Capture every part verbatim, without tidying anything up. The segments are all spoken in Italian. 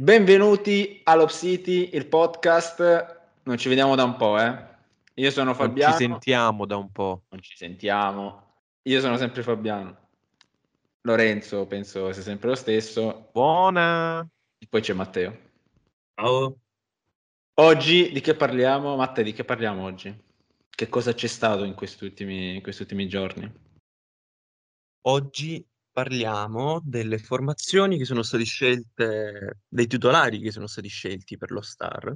Benvenuti all'Op City, il podcast. Non ci vediamo da un po', eh. Io sono Non Fabiano. ci sentiamo da un po'. Non ci sentiamo. Io sono sempre Fabiano. Lorenzo penso sia sempre lo stesso. Buona. E poi c'è Matteo. Ciao. Oggi di che parliamo? Matteo, di che parliamo oggi? Che cosa c'è stato in questi ultimi, in questi ultimi giorni? Oggi parliamo delle formazioni che sono state scelte, dei titolari che sono stati scelti per lo Star.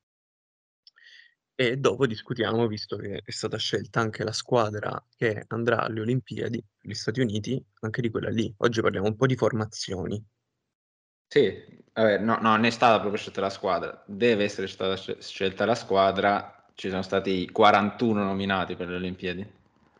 E dopo discutiamo, visto che è stata scelta anche la squadra che andrà alle Olimpiadi, gli Stati Uniti, anche di quella lì. Oggi parliamo un po' di formazioni. Sì, vabbè, no, no, non è stata proprio scelta la squadra. Deve essere stata scelta la squadra. Ci sono stati quarantuno nominati per le Olimpiadi.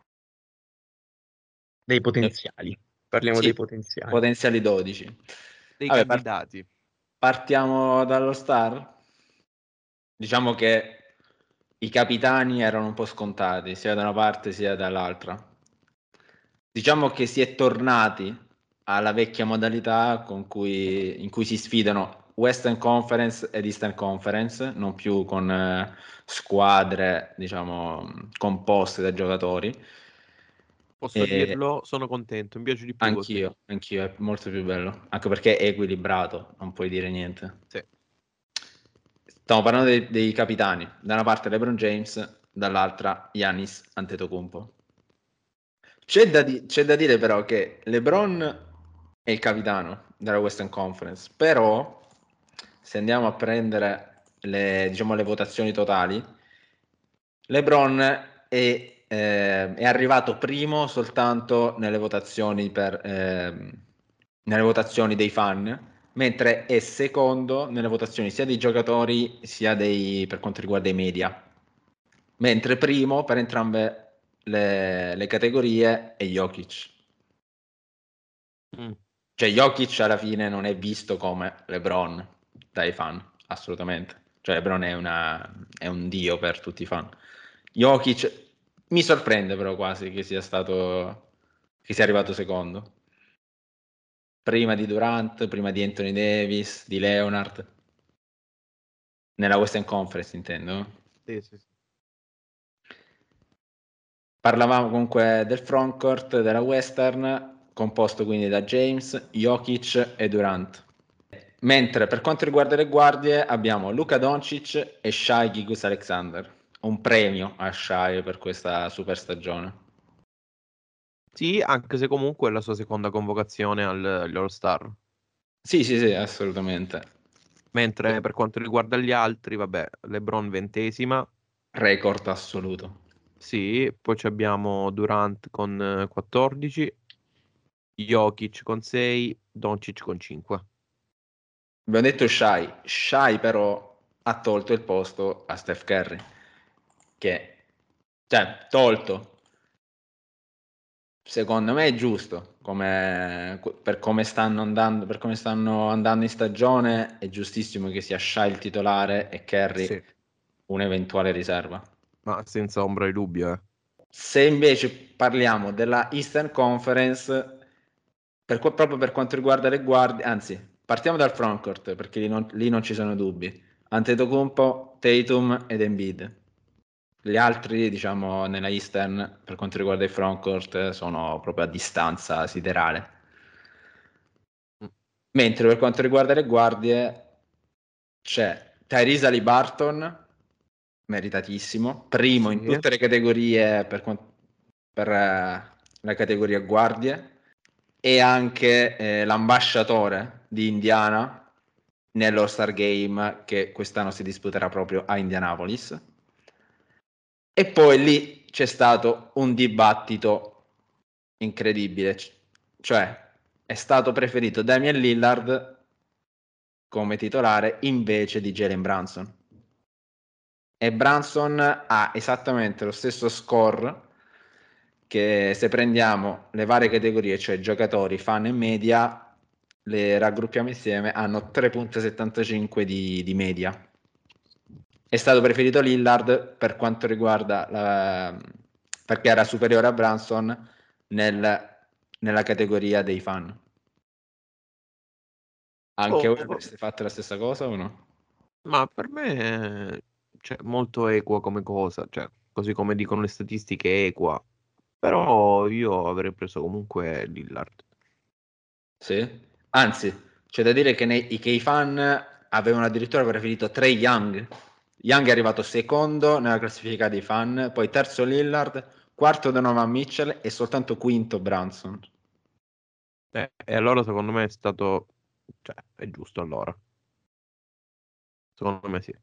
Dei potenziali. Parliamo Sì, dei potenziali. potenziali dodici. Dei Vabbè, par- candidati. partiamo dallo Star. Diciamo che i capitani erano un po' scontati, sia da una parte sia dall'altra. Diciamo che si è tornati alla vecchia modalità con cui, in cui si sfidano Western Conference ed Eastern Conference, non più con eh, squadre, diciamo, composte da giocatori. Posso E dirlo, sono contento, mi piace di più così. anch'io, anch'io, è molto più bello, anche perché è equilibrato, non puoi dire niente. Sì. Stiamo parlando dei, dei capitani, da una parte LeBron James, dall'altra Giannis Antetokounmpo. C'è da, di- c'è da dire però che LeBron è il capitano della Western Conference, però se andiamo a prendere le, diciamo, le votazioni totali, LeBron è, eh, è arrivato primo soltanto nelle votazioni, per, ehm, nelle votazioni dei fan, mentre è secondo nelle votazioni sia dei giocatori sia dei, per quanto riguarda i media, mentre primo per entrambe le, le categorie è Jokic. Mm. Cioè Jokic alla fine non è visto come LeBron dai fan, assolutamente. Cioè LeBron è, una, è un dio per tutti i fan. Jokic mi sorprende però quasi che sia stato, che sia arrivato secondo. Prima di Durant, prima di Anthony Davis, di Leonard. Nella Western Conference intendo. Sì, sì, sì. Parlavamo comunque del frontcourt della Western, composto quindi da James, Jokic e Durant. Mentre per quanto riguarda le guardie abbiamo Luka Doncic e Shai Gilgeous-Alexander. Un premio a Shai per questa super stagione. Sì, anche se comunque è la sua seconda convocazione al- agli All-Star. Sì, sì, sì, assolutamente. Mentre per quanto riguarda gli altri, vabbè, LeBron ventesima. Record assoluto. Sì, poi ci abbiamo Durant con eh, quattordici, Jokic con sei, Doncic con cinque. Abbiamo detto Shai. Shai però ha tolto il posto a Steph Curry. Che, cioè, tolto. Secondo me è giusto, come, per come stanno andando, per come stanno andando in stagione, è giustissimo che sia Shai il titolare e Curry Sì, un'eventuale riserva. ma senza ombra di dubbio, eh. Se invece parliamo della Eastern Conference, per, proprio per quanto riguarda le guardie, anzi, partiamo dal frontcourt perché lì non, lì non ci sono dubbi. Antetokounmpo, Tatum ed Embiid. Gli altri, diciamo, nella Eastern, per quanto riguarda il frontcourt, sono proprio a distanza siderale. Mentre per quanto riguarda le guardie, c'è Tyrese Haliburton, meritatissimo, primo in Sì. tutte le categorie per, per eh, la categoria guardie, e anche eh, l'ambasciatore di Indiana nell'All-Star Game che quest'anno si disputerà proprio a Indianapolis. E poi lì c'è stato un dibattito incredibile, cioè è stato preferito Damian Lillard come titolare invece di Jalen Brunson. E Brunson ha esattamente lo stesso score che, se prendiamo le varie categorie, cioè giocatori, fan e media, le raggruppiamo insieme, hanno tre virgola settantacinque di, di media. È stato preferito Lillard per quanto riguarda la, perché era superiore a Brunson nel, nella categoria dei fan. Anche Oh, voi avreste fatto la stessa cosa o no? ma per me è cioè, molto equa come cosa, cioè, così come dicono le statistiche, equa. Però io avrei preso comunque Lillard. Sì? Anzi, c'è da dire che, nei, che i fan avevano addirittura preferito Trae Young. Young è arrivato secondo nella classifica dei fan, poi terzo Lillard, quarto Donovan Mitchell e soltanto quinto Brunson. Eh, e allora secondo me è stato, cioè, è giusto allora. Secondo me sì.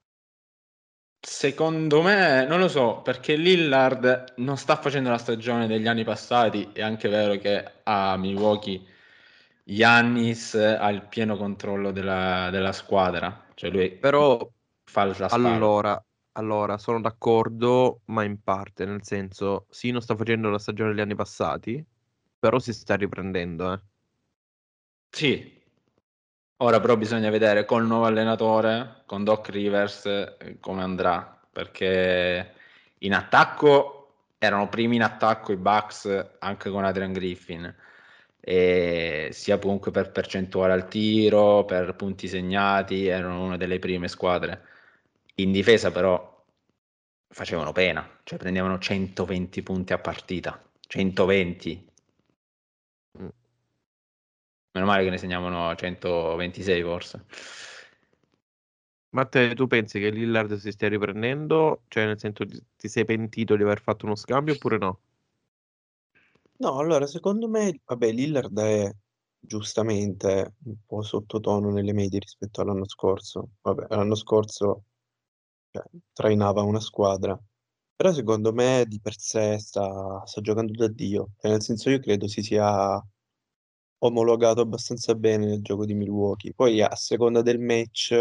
Secondo me, non lo so, perché Lillard non sta facendo la stagione degli anni passati. È anche vero che a Milwaukee Giannis ha il pieno controllo della, della squadra, cioè lui Però fa la spalla. allora, allora sono d'accordo, ma in parte, nel senso, sì, non sta facendo la stagione degli anni passati, però si sta riprendendo, eh. Sì, ora però bisogna vedere col nuovo allenatore, con Doc Rivers, eh, come andrà, perché in attacco erano primi in attacco i Bucks anche con Adrian Griffin, e sia comunque per percentuale al tiro, per punti segnati, erano una delle prime squadre. In difesa però facevano pena, cioè prendevano centoventi punti a partita, centoventi. Mm. Meno male che ne segnavano centoventisei forse. Ma te, tu pensi che Lillard si stia riprendendo? Cioè, nel senso, ti, ti sei pentito di aver fatto uno scambio oppure no? No, allora secondo me, vabbè, Lillard è giustamente un po' sottotono nelle medie rispetto all'anno scorso. Vabbè, l'anno scorso cioè, trainava una squadra, però secondo me di per sé sta, sta giocando da Dio. Cioè, nel senso io credo si sia omologato abbastanza bene nel gioco di Milwaukee. Poi a seconda del match,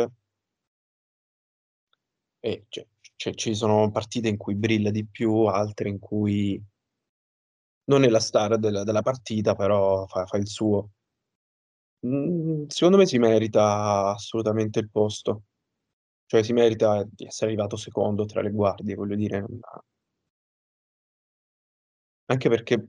eh, cioè, cioè, ci sono partite in cui brilla di più, altre in cui non è la star della, della partita, però fa, fa il suo. Mm, secondo me si merita assolutamente il posto, cioè si merita di essere arrivato secondo tra le guardie, voglio dire, non- anche perché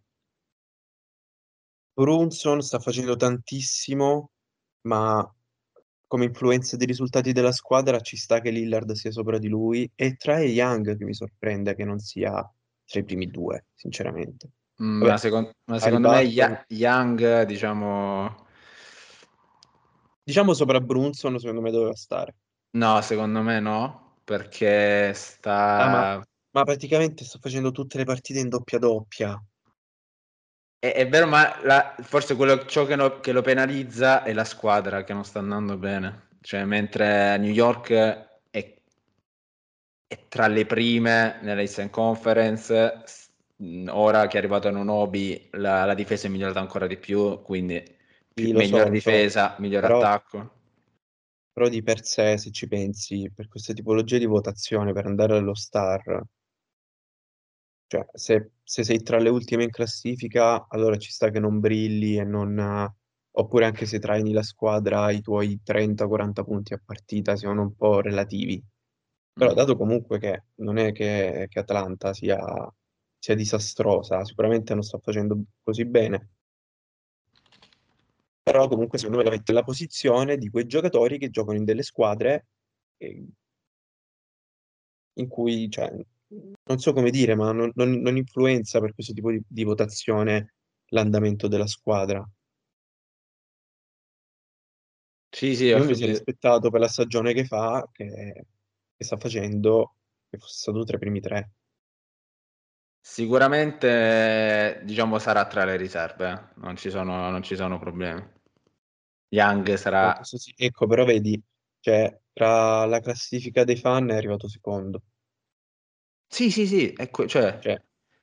Brunson sta facendo tantissimo, ma come influenza dei risultati della squadra ci sta che Lillard sia sopra di lui e Trae Young che mi sorprende che non sia tra i primi due, sinceramente. Mm, Ma, Vabbè, secon- ma Harry secondo me Barton, Ya- Young, diciamo, diciamo sopra Brunson, secondo me doveva stare. no, secondo me no, perché Ah, ma, sta... ma praticamente sto facendo tutte le partite in doppia doppia. È, è vero, ma la- forse quello, ciò che, no- che lo penalizza è la squadra che non sta andando bene. Cioè, mentre New York è, è tra le prime nella Eastern Conference, s- mh, ora che è arrivato a Nunobi, la, la difesa è migliorata ancora di più, quindi più- Sì, lo so, miglior lo so, difesa, miglior però, attacco. però di per sé, se ci pensi, per questa tipologia di votazione, per andare allo Star, cioè se, se sei tra le ultime in classifica, allora ci sta che non brilli e non... Oppure anche se traini la squadra, i tuoi trenta quaranta punti a partita siano un po' relativi. Però Mm. dato comunque che non è che, che Atlanta sia, sia disastrosa, sicuramente non sta facendo così bene, però comunque secondo me la mette nella posizione di quei giocatori che giocano in delle squadre eh, in cui, cioè, non so come dire, ma non, non- non influenza per questo tipo di, di votazione l'andamento della squadra. Sì, sì, ho Io mi sarei capito. aspettato per la stagione che fa, che, che sta facendo, che fosse stato tra i primi tre. Sicuramente, diciamo, sarà tra le riserve, eh. Non ci sono, non ci sono problemi. Young No, sarà... questo sì. Ecco, però vedi, cioè, tra la classifica dei fan è arrivato secondo. Sì, sì, sì, ecco, cioè... Cioè,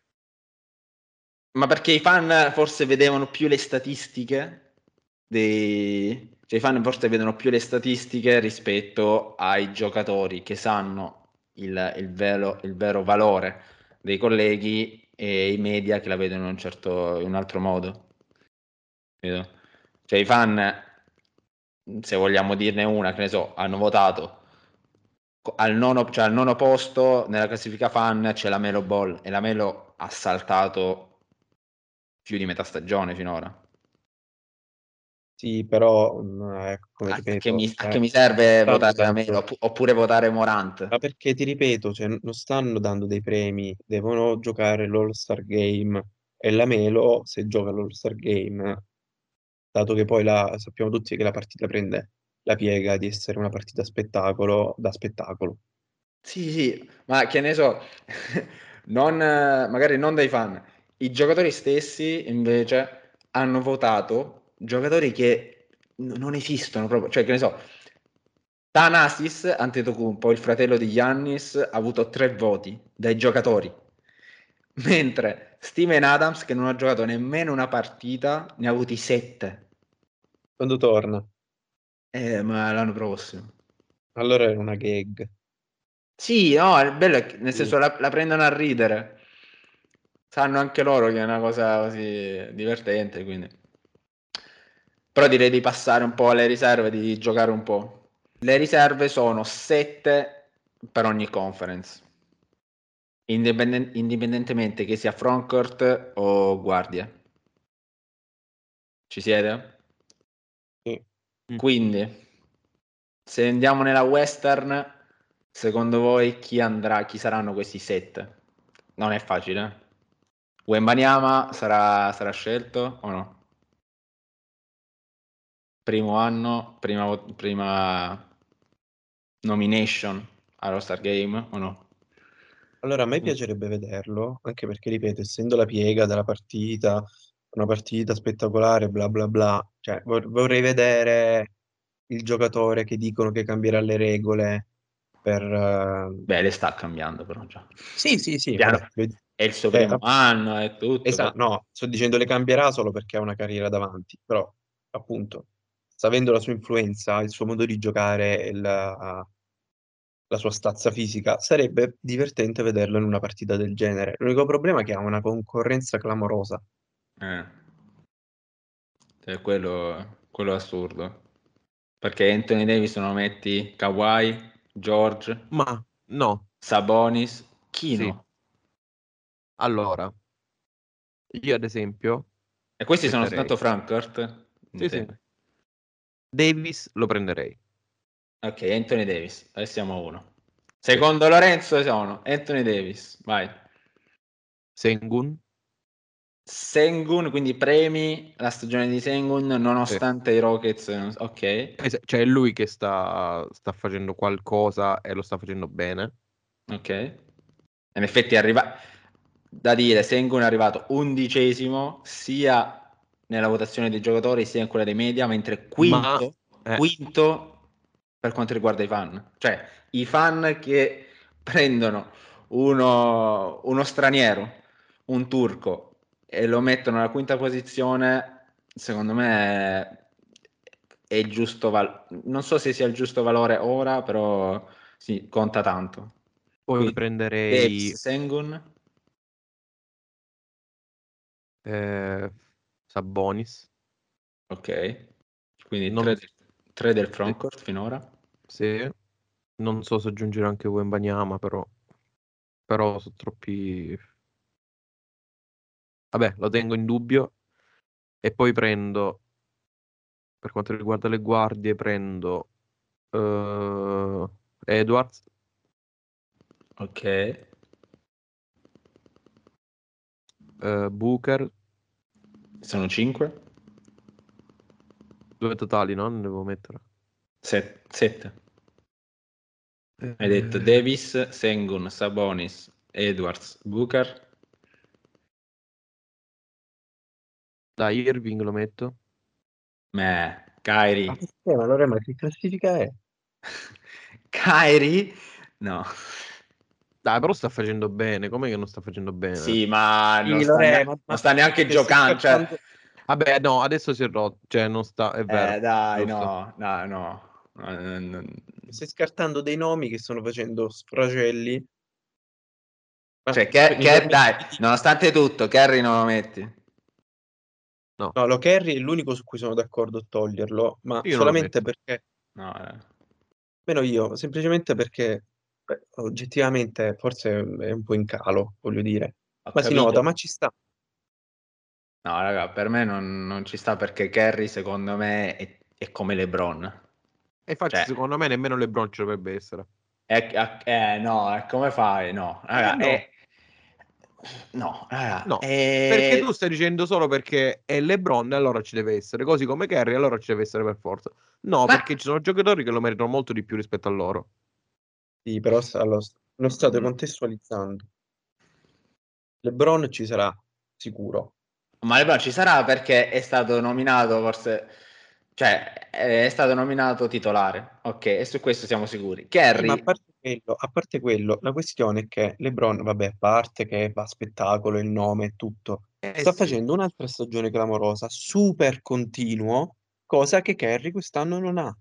Ma perché i fan forse vedevano più le statistiche dei... Cioè i fan forse vedono più le statistiche rispetto ai giocatori che sanno il, il vero, il vero valore dei colleghi e i media che la vedono in un certo, in un altro modo. Capito? Cioè i fan, se vogliamo dirne una, che ne so, hanno votato al nono, cioè al nono posto nella classifica fan c'è la Melo Ball e la Melo ha saltato più di metà stagione finora. Sì, però, mm, ecco, come A, a che ripeto, mi, a che cioè, mi serve stanno votare la dando- Melo oppu- oppure votare Morant? ma perché ti ripeto, cioè, non stanno dando dei premi, devono giocare l'All-Star Game e la Melo, se gioca l'All-Star Game, dato che poi la, sappiamo tutti che la partita prende la piega di essere una partita spettacolo, da spettacolo. Sì, sì, ma che ne so, non, eh, magari non dai fan. I giocatori stessi invece hanno votato giocatori che n- non esistono proprio, cioè che ne so, Thanasis Antetokounmpo, il fratello di Giannis, ha avuto tre voti dai giocatori, mentre Steven Adams, che non ha giocato nemmeno una partita, ne ha avuti sette. Quando torna, Eh, ma l'anno prossimo. allora è una gag. Sì, no, il bello è che, nel Sì. senso, la, la prendono a ridere. Sanno anche loro che è una cosa così divertente, quindi. Però direi di passare un po' alle riserve, di giocare un po'. Le riserve sono sette per ogni conference, indipenden- indipendentemente che sia frontcourt o guardia. Ci siete? Sì. Mm. Quindi, se andiamo nella Western, secondo voi chi andrà, chi saranno questi sette? Non è facile. eh? Wembanyama sarà, sarà scelto o no? Primo anno, prima, vo- prima nomination allo Star Game o no? Allora, a me Mm. piacerebbe vederlo, anche perché, ripeto, essendo la piega della partita, una partita spettacolare, bla bla bla, cioè vor- vorrei vedere il giocatore che dicono che cambierà le regole per... eh, Beh, le sta cambiando però già. Sì, sì, sì, Piano, vabbè. ved- è il suo cioè, primo app- anno e tutto. però- esatto, no, sto dicendo le cambierà solo perché ha una carriera davanti, però, appunto, sta avendo la sua influenza, il suo modo di giocare e la, la sua stazza fisica, sarebbe divertente vederlo in una partita del genere. L'unico problema è che ha una concorrenza clamorosa. Eh, cioè, quello, quello è assurdo. Perché Anthony Davis non lo metti, Kawhi, George, Ma no, Sabonis, chi sì. no? Allora, io ad esempio E questi sono metterei. soltanto Frankfurt? Sì, sì. Intendo. Davis lo prenderei. Ok, Anthony Davis, adesso siamo a uno. Sì. Secondo Lorenzo sono Anthony Davis, vai. Sengun. Sengun, quindi premi la stagione di Sengun Sì. nonostante i Rockets, non- ok, Es- Cioè è lui che sta, sta facendo qualcosa e lo sta facendo bene. ok. In effetti è arrivato, da dire, Sengun è arrivato undicesimo sia nella votazione dei giocatori sia in quella dei media, mentre Ma quinto, eh, quinto per quanto riguarda i fan. Cioè, i fan che prendono uno, uno straniero, un turco, e lo mettono alla quinta posizione, secondo me è, è il giusto valore. Non so se sia il giusto valore ora, però sì, conta tanto. poi Quindi Davis, prenderei Sengun, eh, Sabonis. ok. Quindi Non, tre, tre del sì, frontcourt finora. sì. Non so se aggiungere anche Wembanyama, però, però sono troppi. Vabbè, lo tengo in dubbio. E poi prendo, per quanto riguarda le guardie, prendo eh, Edwards, Ok. eh, Booker, Sono cinque? due totali, no? Ne devo mettere. Sette. Hai detto Eh, Davis, Sengun, Sabonis, Edwards, Booker. dai, Irving lo metto. Meh, Ma Kyrie. perché? Ma allora, ma che classifica è? Kyrie? No. Dai, però sta facendo bene. Com'è che non sta facendo bene? Sì, ma non Sì, sta, Lore, nea- ma, non ma sta neanche cioè, stai giocando. Cioè, scherzando? Vabbè, no, adesso si è rotto. Cioè, non sta, è eh, vero, dai, giusto. no, no, no. No, no, no. Stai scartando dei nomi che stanno facendo sfracelli. Ma Cioè, sp- che, mi che- permetti dai, di dire... nonostante tutto, Kerry non lo metti. No, No, lo Kerry è l'unico su cui sono d'accordo a toglierlo, ma io non lo solamente metto. perché, No, eh. meno io, semplicemente perché beh, oggettivamente forse è un po' in calo, voglio dire. Ho Ma si nota, capito. ma ci sta. No, raga, per me non, non ci sta perché Curry secondo me è, è come LeBron. E infatti, Cioè, secondo me, nemmeno LeBron ci dovrebbe essere. è, è- eh, no, è come fai? No, Eh raga, no, è... No, raga, no. Perché tu è... stai dicendo solo perché è LeBron e allora ci deve essere, così come Curry allora ci deve essere per forza. No, Ma... perché ci sono giocatori che lo meritano molto di più rispetto a loro. Sì, però sta- allora, lo state contestualizzando. LeBron ci sarà sicuro. Ma LeBron ci sarà perché è stato nominato forse... Cioè, è stato nominato titolare. Ok, e su questo siamo sicuri. Sì, ma a Curry... parte quello, a parte quello, la questione è che LeBron, vabbè, a parte che fa spettacolo, il nome e tutto, Eh sta sì, facendo un'altra stagione clamorosa, super continuo, cosa che Kerry quest'anno non ha.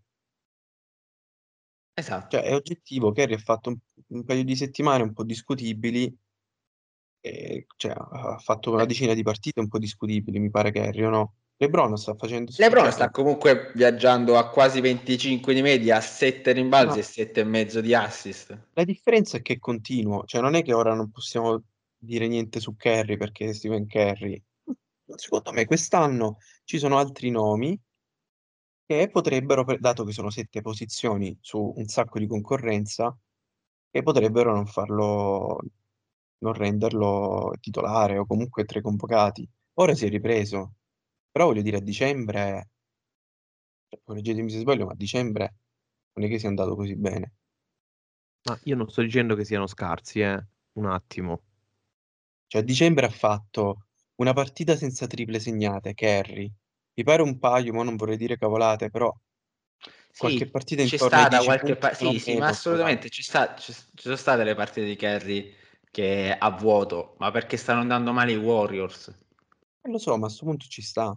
Esatto. Cioè, è oggettivo, Kerry ha fatto un, un paio di settimane un po' discutibili, e, cioè, ha fatto una decina di partite un po' discutibili, mi pare Kerry, o no? LeBron sta facendo... LeBron Cioè, sta comunque viaggiando a quasi venticinque di media, sette rimbalzi ma e sette e mezzo di assist. la differenza è che è continuo, cioè non è che ora non possiamo dire niente su Kerry perché è Stephen Curry. Secondo me quest'anno ci sono altri nomi che potrebbero, pre- dato che sono sette posizioni su un sacco di concorrenza, che potrebbero non farlo, non renderlo titolare o comunque tra i convocati. Ora si è ripreso, però voglio dire a dicembre, cioè, correggetemi se sbaglio, ma a dicembre non è che sia andato così bene. ma io non sto dicendo che siano scarsi, eh. Un attimo. Cioè, a dicembre ha fatto una partita senza triple segnate, Kerry. Mi pare un paio, ma non vorrei dire cavolate, però qualche Sì, partita c'è intorno ai stata dieci qualche... punti, pa- se non sì, sì, ma meno, ce l'ha. assolutamente ci sta, ci, ci sono state le partite di Curry che a vuoto, ma perché stanno andando male i Warriors. Eh, lo so, ma a questo punto ci sta.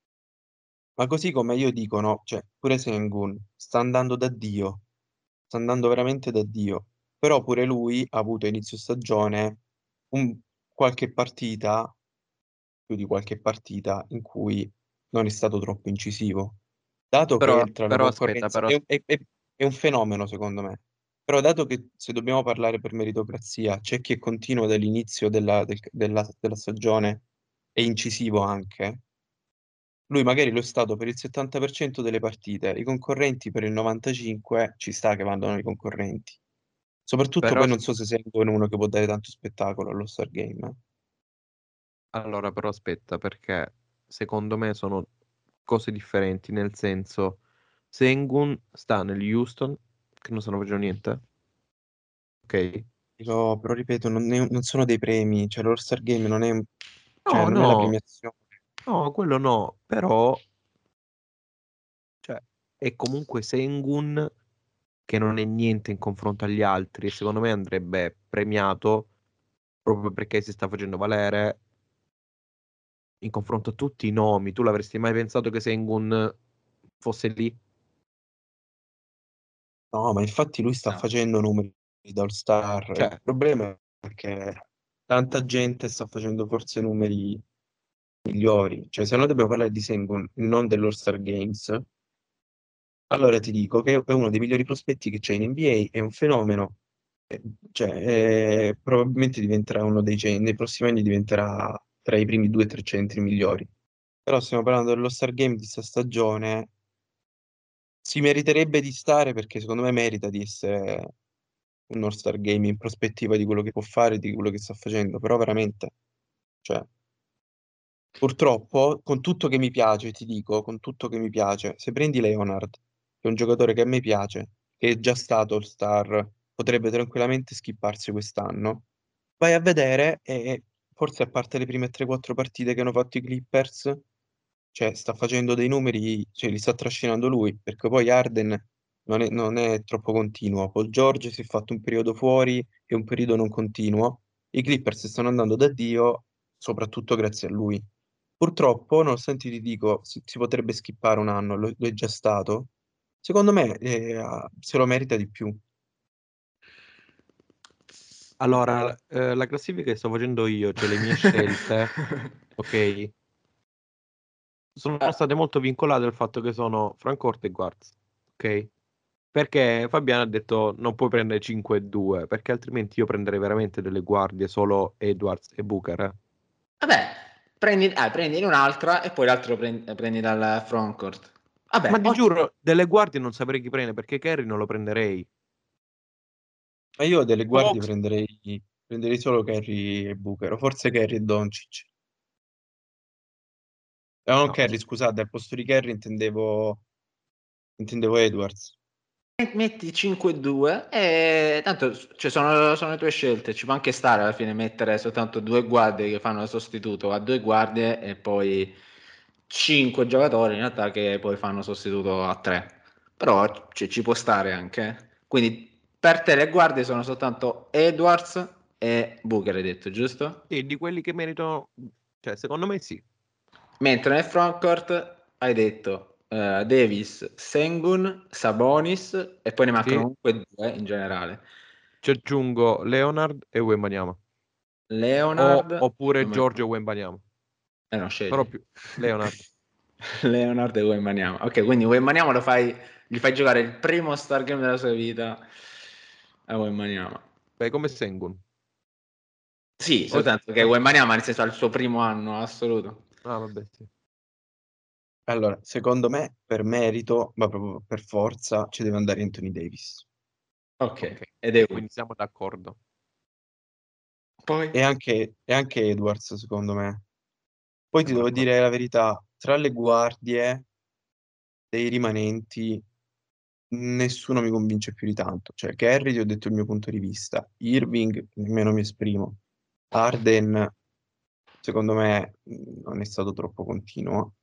Ma così come io dico, no, cioè, pure Sengun sta andando da Dio, sta andando veramente da Dio. Però pure lui ha avuto a inizio stagione un- qualche partita, più di qualche partita, in cui non è stato troppo incisivo. Dato Però, che tra la però aspetta, concorrenza però è, è- è- è un fenomeno, secondo me. Però dato che se dobbiamo parlare per meritocrazia, c'è chi è continuo dall'inizio della, del- della- della stagione è incisivo anche. Lui magari lo è stato per il settanta per cento delle partite, i concorrenti per il novantacinque per cento ci sta che vanno i concorrenti. Soprattutto Però, poi non so se sei uno che può dare tanto spettacolo allo Star Game. eh. allora, però aspetta, perché secondo me sono cose differenti, nel senso, Sengun sta negli Houston, che non stanno facendo niente, ok? Dico, però ripeto, non, è- non sono dei premi, cioè l'All Star Game non è, un- cioè, No, non è la no, premiazione. no, quello no, però, cioè, è comunque Sengun che non è niente in confronto agli altri e secondo me andrebbe premiato proprio perché si sta facendo valere in confronto a tutti i nomi. Tu l'avresti mai pensato che Sengun fosse lì? No, ma infatti lui sta No. facendo numeri da All Star. Il Cioè, problema è che tanta gente sta facendo forse numeri migliori. Cioè, se noi dobbiamo parlare di Sengun, non dell'All Star Games, allora ti dico che è uno dei migliori prospetti che c'è in N B A, è un fenomeno, eh, cioè, eh, probabilmente diventerà uno dei centri, nei prossimi anni diventerà tra i primi due o tre centri migliori. Però stiamo parlando dello Star Game di questa stagione, si meriterebbe di stare perché secondo me merita di essere un All-Star Game in prospettiva di quello che può fare, di quello che sta facendo, però veramente, cioè, purtroppo, con tutto che mi piace, ti dico, con tutto che mi piace, se prendi Leonard, che è un giocatore che a me piace, che è già stato All-Star, potrebbe tranquillamente skipparsi quest'anno, vai a vedere e forse a parte le prime tre quattro partite che hanno fatto i Clippers, cioè sta facendo dei numeri, cioè li sta trascinando lui, perché poi Harden non è, non è troppo continuo. Paul George si è fatto un periodo fuori e un periodo non continuo. I Clippers stanno andando da Dio, soprattutto grazie a lui. Purtroppo, nonostante ti dico, si, si potrebbe skippare un anno, lo, lo è già stato. Secondo me eh, se lo merita di più. allora, eh, la classifica che sto facendo io, cioè le mie scelte, ok, sono Ah, state molto vincolate al fatto che sono Francourt e Guards, ok? Perché Fabiano ha detto non puoi prendere cinque e due, perché altrimenti io prenderei veramente delle guardie solo Edwards e Booker. eh. vabbè, prendi, ah, prendi un'altra e poi l'altro prendi, prendi dal frontcourt. Vabbè, Ma ti o- giuro, delle guardie non saprei chi prende, perché Kerry non lo prenderei. Ma io delle guardie Fox. prenderei, prenderei solo Kerry e Booker, o forse Kerry e Doncic. Eh, non No, Kerry, scusate, al posto di Kerry intendevo, intendevo Edwards. metti cinque due e tanto cioè, sono, sono le tue scelte, ci può anche stare alla fine mettere soltanto due guardie che fanno il sostituto a due guardie e poi cinque giocatori in realtà che poi fanno sostituto a tre, però cioè, ci può stare anche, eh. Quindi per te le guardie sono soltanto Edwards e Booker, hai detto, giusto? sì, di quelli che meritano, cioè secondo me sì. Mentre nel frontcourt hai detto eh, Davis, Sengun, Sabonis e poi ne mancano Sì, comunque due in generale. ci aggiungo Leonard e Wembanyama. O, Leonard, oppure Giorgio Wembanyama. eh no, Però scegli. più Leonard. Leonard e Wembanyama. Ok, quindi Wembanyama lo fai, gli fai giocare il primo star game della sua vita a Wembanyama. Beh, come Sengun. Sì, O- soltanto che ah, Wembanyama nel senso al suo primo anno assoluto. ah, vabbè, sì. Allora, secondo me, per merito, ma proprio per forza, ci deve andare Anthony Davis. Ok, Ok, ed è uno. quindi siamo d'accordo. Poi? E anche, e anche Edwards, secondo me. Poi ti Siamo devo d'accordo. dire la verità, tra le guardie dei rimanenti, nessuno mi convince più di tanto. Cioè, Kerry, ti ho detto il mio punto di vista. Irving, nemmeno mi esprimo. Arden, secondo me, mh, non è stato troppo continuo.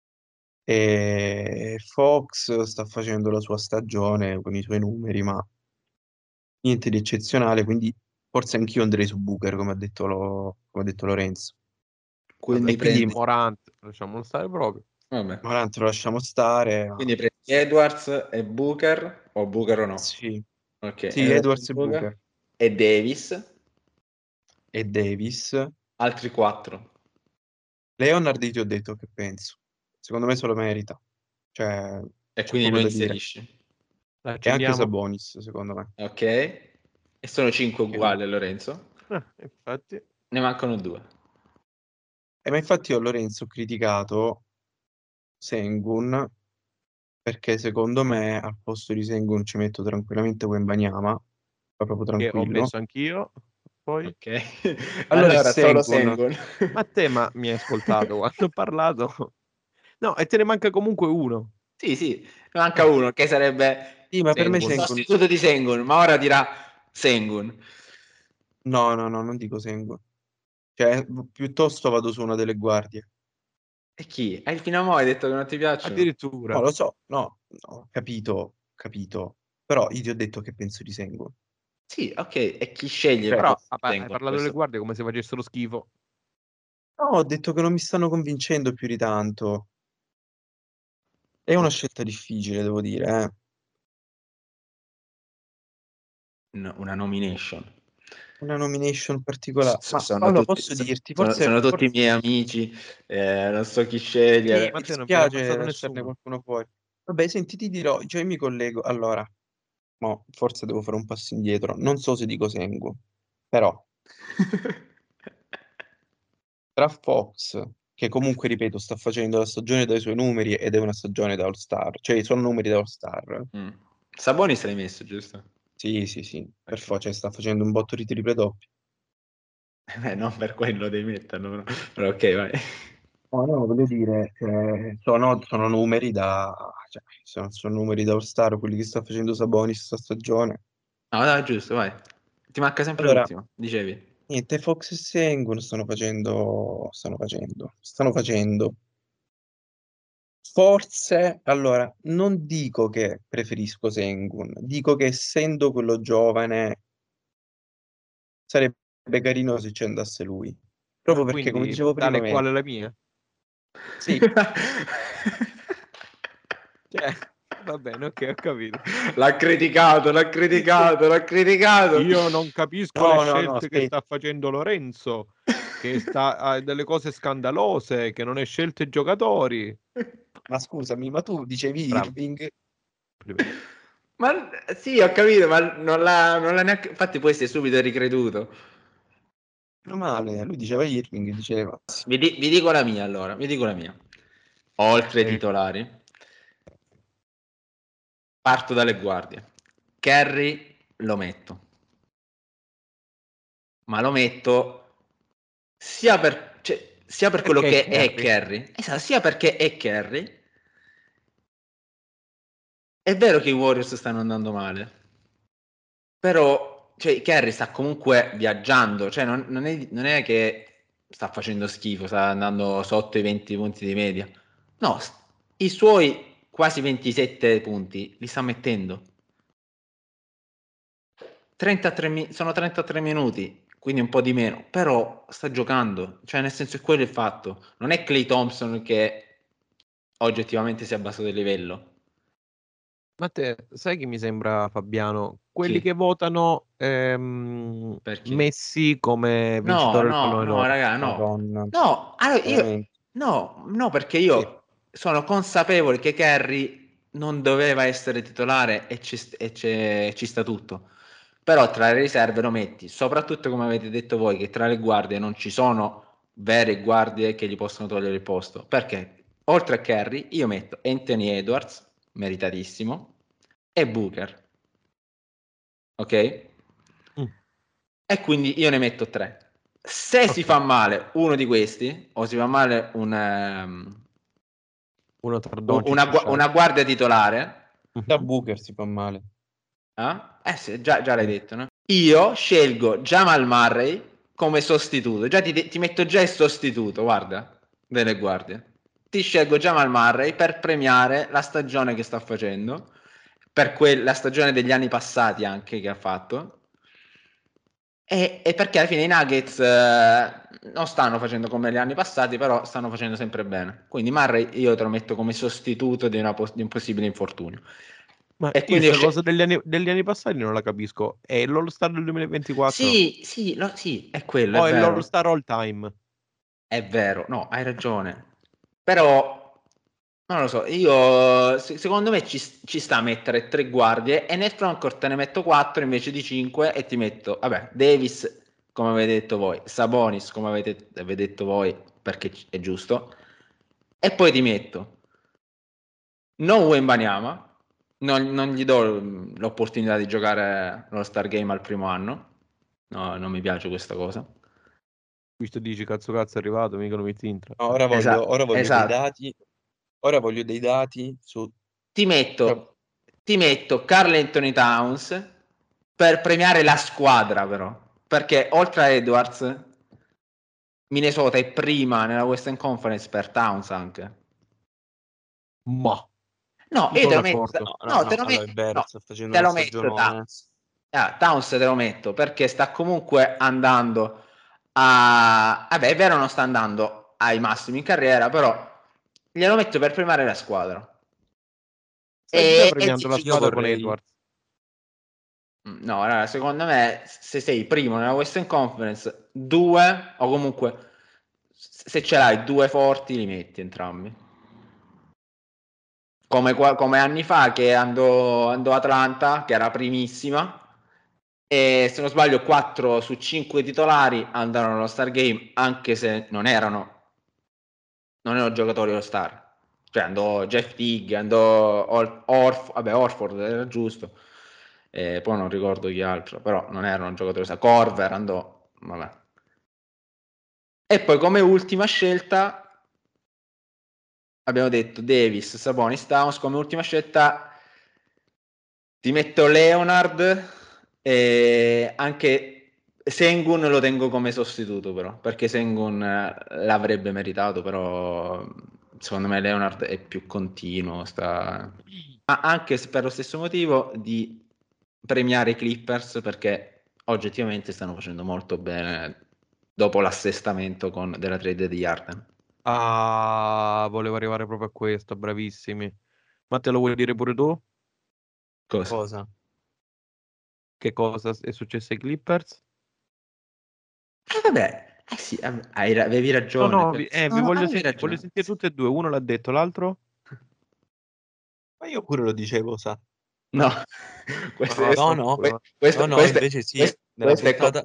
E Fox sta facendo la sua stagione con i suoi numeri, ma niente di eccezionale, quindi forse anch'io andrei su Booker, come ha detto, lo- come ha detto Lorenzo. Vabbè, Quindi E quindi quindi prendi, Morant, lasciamolo stare proprio. vabbè. Morant lo lasciamo stare. Ma Quindi prendi Edwards e Booker o Booker o no? sì, Ok, sì, Edwards e Edwards e Booker Booker e Davis, e Davis. altri quattro. Leonard ti ho detto che penso. Secondo me se lo merita. Cioè, E c'è quindi lo poco da dire. inserisci. E anche L'accendiamo? Sabonis, secondo me. Ok. E sono cinque Che non- uguali a Lorenzo. Ah, infatti. Ne mancano due. Eh, ma infatti io a Lorenzo ho criticato Sengun perché secondo me al posto di Sengun ci metto tranquillamente Wembanyama, ma proprio Che ho tranquillo. messo anch'io. Poi, Ok. Allora è Allora, solo Sengun. Sengun. ma te ma mi hai ascoltato quando ho parlato? No, e te ne manca comunque uno. Sì, sì, ne manca Ah, uno che sarebbe Sì, ma per me Sengun, Sengun... sostituto di Sengun, ma ora dirà Sengun. No, no, no, non dico Sengun. Cioè, piuttosto vado su una delle guardie. E chi? Hai fino a mo' hai detto che non ti piacciono? No, addirittura. lo so, no, no, capito, capito. Però io ti ho detto che penso di Sengun. Sì, ok, e chi sceglie il Cioè, Però posto ha di pa- hai Sengun? parlato delle Questo. guardie come se facessero schifo. no, ho detto che non mi stanno convincendo più di tanto. È una Ok. scelta difficile, devo dire, eh. No, una nomination. Una nomination particolare. S- Ma sono allora tutti, posso so- dirti, sono, forse, sono tutti i forse miei amici, eh, non so chi mi, scegliere. Ma mi te non viene dispiace passato lasciarne nessuno. qualcuno fuori. Vabbè, senti, ti dirò, cioè mi collego. Allora, mo, forse devo fare un passo indietro. Non so se dico Sengun, però tra Fox, che comunque, ripeto, sta facendo la stagione dai suoi numeri ed è una stagione da All-Star, cioè i suoi numeri da All-Star. Mm. Sabonis l'hai messo, giusto? Sì, sì, sì, per Ok. forza, cioè, sta facendo un botto di triple doppio. Eh, non per quello devi metterlo, però, però ok, vai. No, no, voglio dire, eh, sono, sono numeri da, cioè, sono, sono numeri da All-Star, quelli che sta facendo Sabonis sta stagione. No, dai, giusto, vai. Ti manca sempre Allora, l'ultimo, dicevi. niente, Fox e Sengun stanno facendo, stanno facendo, stanno facendo. Forse, allora, non dico che preferisco Sengun, dico che essendo quello giovane sarebbe carino se ci andasse lui. Ah, Proprio perché, come quindi dicevo prima, tale me, quale la mia. sì, Cioè, va bene, ok, ho capito. L'ha criticato, l'ha criticato, l'ha criticato. Io non capisco le no, no, no, scelte che aspetta, sta facendo Lorenzo, che sta ha delle cose scandalose, che non è scelto i giocatori. ma scusami, ma tu dicevi Bravo. Irving? Ma sì, ho capito, ma non l'ha, non l'ha neanche. Infatti, poi si è subito ricreduto. male, lui diceva Irving, diceva. Vi, di- vi dico la mia allora, vi dico la mia. Oltre ai Sì. titolari, parto dalle guardie. Curry lo metto. Ma lo metto sia per, cioè, sia per quello Perché che è Curry? Curry, esatto, sia perché è Curry. È vero che i Warriors stanno andando male, però cioè, Curry sta comunque viaggiando, cioè non, non è, non è che sta facendo schifo, sta andando sotto i venti punti di media. No, s- i suoi quasi ventisette punti li sta mettendo. trentatré mi- sono trentatré minuti, quindi un po' di meno, però sta giocando, cioè nel senso è quello il fatto. Non è Klay Thompson che oggettivamente si è abbassato il livello. Ma te, sai che mi sembra, Fabiano? Quelli Chi? che votano ehm, Perché? Messi come No, vincitore del no, pallone no, d'oro. raga, no. Madonna, No, allora io veramente. no, no, perché Sì. io sono consapevole che Kerry non doveva essere titolare e ci, e c'è- ci sta tutto. Però tra le riserve lo metti, soprattutto come avete detto voi, che tra le guardie non ci sono vere guardie che gli possono togliere il posto. Perché oltre a Kerry io metto Anthony Edwards, meritatissimo, e Booker. Ok? Mm, E quindi io ne metto tre. Se si ok. fa male uno di questi, o si fa male un, ehm, Uno tra un- una, Doncic e gua- Shaq. una guardia titolare, Da Mhm. Booker si fa male. eh, eh sì, già, già l'hai Sì. detto, no? Io scelgo Jamal Murray come sostituto. Già ti, ti metto già il sostituto, guarda, delle guardie. Ti scelgo Jamal Murray per premiare la stagione che sta facendo, per que- la stagione degli anni passati anche che ha fatto. E, e perché alla fine i Nuggets eh, non stanno facendo come gli anni passati, però stanno facendo sempre bene. Quindi Murray io te lo metto come sostituto di, una pos- di un possibile infortunio. Ma E io quindi io sta scel- cosa degli anni, degli anni passati non la capisco. È l'All-Star del duemilaventiquattro sì, sì, lo- sì, è quello, è o è vero. l'All-Star all time? È vero, no, hai ragione. Però non lo so, io se- secondo me ci, ci sta a mettere tre guardie e nel frontcourt te ne metto quattro invece di cinque e ti metto, vabbè, Davis come avete detto voi, Sabonis come avete, avete detto voi perché c- è giusto e poi ti metto non Wembanyama, non, non gli do l'opportunità di giocare lo Star Game al primo anno, no, non mi piace questa cosa. Visto dici cazzo cazzo è arrivato, mica lo metti in tra. No, ora voglio, Esatto, ora voglio dei esatto. dati. Ora voglio dei dati su. Ti Cioè, metto, ti metto Karl Anthony Towns per premiare la squadra, però. Perché oltre a Edwards, Minnesota è prima nella Western Conference per Towns anche. Ma No, non io te sono lo metto. d'accordo. no, no, No, te no, lo allora è metto. vero, No, sta facendo te una lo metto stagionone. Towns. Ah, Towns te lo metto perché sta comunque andando a. Vabbè, è vero, non sta andando ai massimi in carriera, però glielo metto per premiare la squadra. Stai già E, e premiando ti la Io dico. squadra con vorrei. Edwards. No, allora, secondo me se sei primo nella Western Conference, due o comunque se ce l'hai due forti li metti entrambi. Come, qua- come anni fa che andò, andò Atlanta, che era primissima, e se non sbaglio quattro su cinque titolari andarono allo Star Game, anche se non erano, non erano giocatori allo Star. Cioè andò Jeff Teague, andò Or- Orf- vabbè, Orford era giusto, e poi non ricordo chi altro, però non erano giocatori allo Star. Corver andò, vabbè. E poi come ultima scelta abbiamo detto Davis, Sabonis, Towns, come ultima scelta ti metto Leonard e anche Sengun lo tengo come sostituto però, perché Sengun eh, l'avrebbe meritato, però secondo me Leonard è più continuo, sta. Ma anche se per lo stesso motivo di premiare i Clippers perché oggettivamente stanno facendo molto bene dopo l'assestamento con, della trade di Harden. Ah, volevo arrivare proprio a questo, bravissimi. Ma te lo vuoi dire pure tu? Cosa? Cosa? Che cosa è successo ai Clippers? Eh vabbè, eh sì, av- hai- avevi No, ragione. no, cioè, vi, eh, vi no, voglio, avevi sen- voglio ragione. sentire tutte e due. Uno l'ha detto, l'altro? Ma io pure lo dicevo, sa. No, queste, Ah, No, queste, no, vaffanculo, va. no, queste, no, queste, invece sì, queste, nella queste co- puntata, que-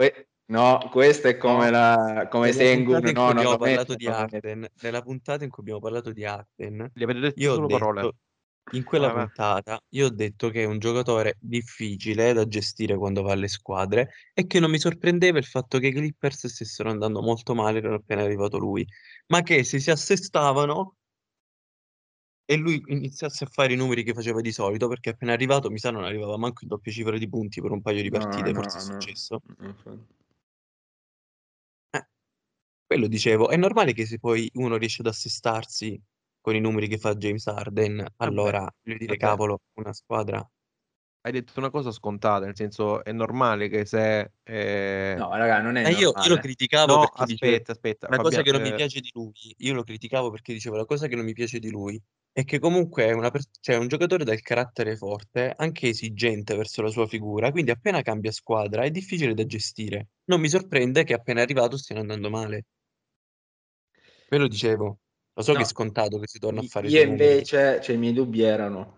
No, questo è come, No. la, come Nella Sengun, puntata in no, cui non abbiamo lo parlato metto, di non lo metto. Arden, nella puntata in cui abbiamo parlato di Arden, Gli avete detto io ho solo parole. detto, in quella Vai, vai. puntata, io ho detto che è un giocatore difficile da gestire quando va alle squadre e che non mi sorprendeva il fatto che i Clippers stessero andando molto male non appena arrivato lui, ma che se si assestavano e lui iniziasse a fare i numeri che faceva di solito, perché appena arrivato mi sa non arrivava manco in doppia cifra di punti per un paio di No, partite, no, forse è no. successo. Infatti. Eh, quello dicevo, è normale che se poi uno riesce ad assestarsi con i numeri che fa James Harden, allora voglio dire, vabbè. cavolo, una squadra. Hai detto una cosa scontata, nel senso è normale che se... eh, No, raga, non è Eh, io, io lo normale. criticavo No, perché dicevo, aspetta, aspetta, la cosa Fabiano, che non mi eh, piace di lui, io lo criticavo perché dicevo, la cosa che non mi piace di lui è che comunque è una pers- cioè, un giocatore dal carattere forte, anche esigente verso la sua figura, quindi appena cambia squadra è difficile da gestire. Non mi sorprende che appena arrivato stiano andando male. Ve lo dicevo, lo so che è No, scontato che si torna a fare i io suoi numeri. invece, cioè, i miei dubbi erano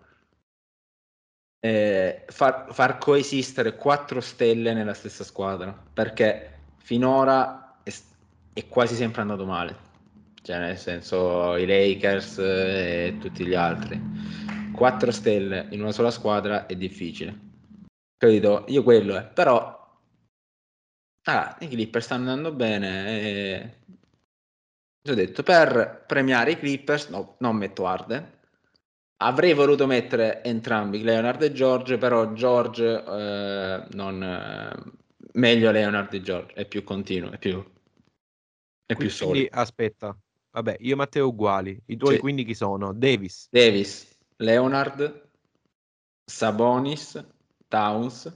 eh, far, far coesistere quattro stelle nella stessa squadra, perché finora è, è quasi sempre andato male, cioè nel senso i Lakers e tutti gli altri. Quattro stelle in una sola squadra è difficile, capito? Io quello è, però ah, i Clippers stanno andando bene e... ho detto, per premiare i Clippers, no, non metto Harden. Avrei voluto mettere entrambi, Leonard e George, però George eh, non... eh, meglio Leonard e George, è più continuo, è più, è più quindi solido. aspetta. Vabbè, io e Matteo uguali. I tuoi Sì. quindi chi sono? Davis. Davis, Leonard, Sabonis, Towns,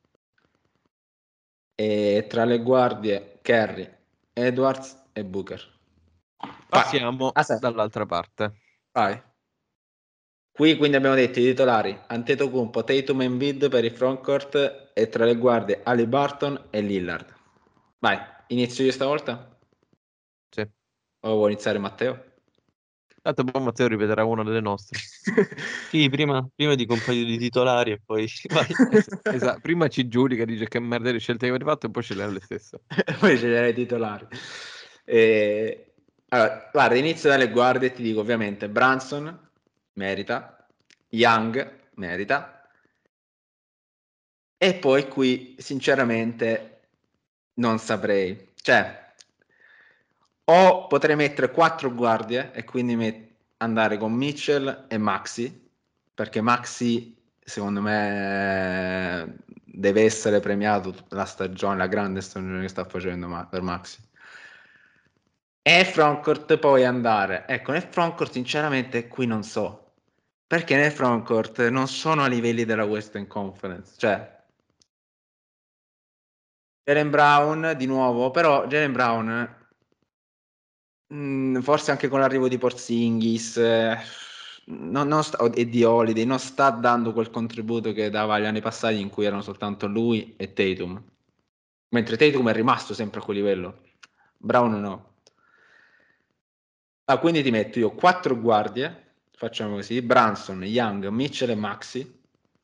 e tra le guardie Curry, Edwards e Booker. Vai. Passiamo Ah, sì. dall'altra parte. Vai. Qui quindi abbiamo detto i titolari Antetokounmpo, Tatum e Embiid per il frontcourt e tra le guardie Ali Barton e Lillard. Vai, inizio io stavolta? Sì. O vuoi iniziare Matteo? Tanto poi Matteo ripeterà una delle nostre. Sì, prima, prima dico un paio di titolari e poi vai. Esatto. Prima ci giudica, dice che merda di scelte che avete fatto e poi ce le ha le stesse. Poi scegliere i titolari. E... Allora, guarda, inizio dalle guardie e ti dico ovviamente Branson, merita, Young, merita, e poi qui sinceramente non saprei. Cioè, o potrei mettere quattro guardie e quindi met- andare con Mitchell e Maxi, perché Maxi secondo me deve essere premiato tutta la stagione, la grande stagione che sta facendo ma- per Maxi. E frontcourt poi andare. Ecco, nel frontcourt sinceramente qui non so, perché nel frontcourt non sono a livelli della Western Conference, cioè Jaylen Brown di nuovo, però Jaylen Brown mh, forse anche con l'arrivo di Porzingis eh, non, non sta, e di Holiday non sta dando quel contributo che dava gli anni passati in cui erano soltanto lui e Tatum, mentre Tatum è rimasto sempre a quel livello, Brown no. Ah, quindi ti metto io quattro guardie, facciamo così, Branson, Young, Mitchell e Maxi,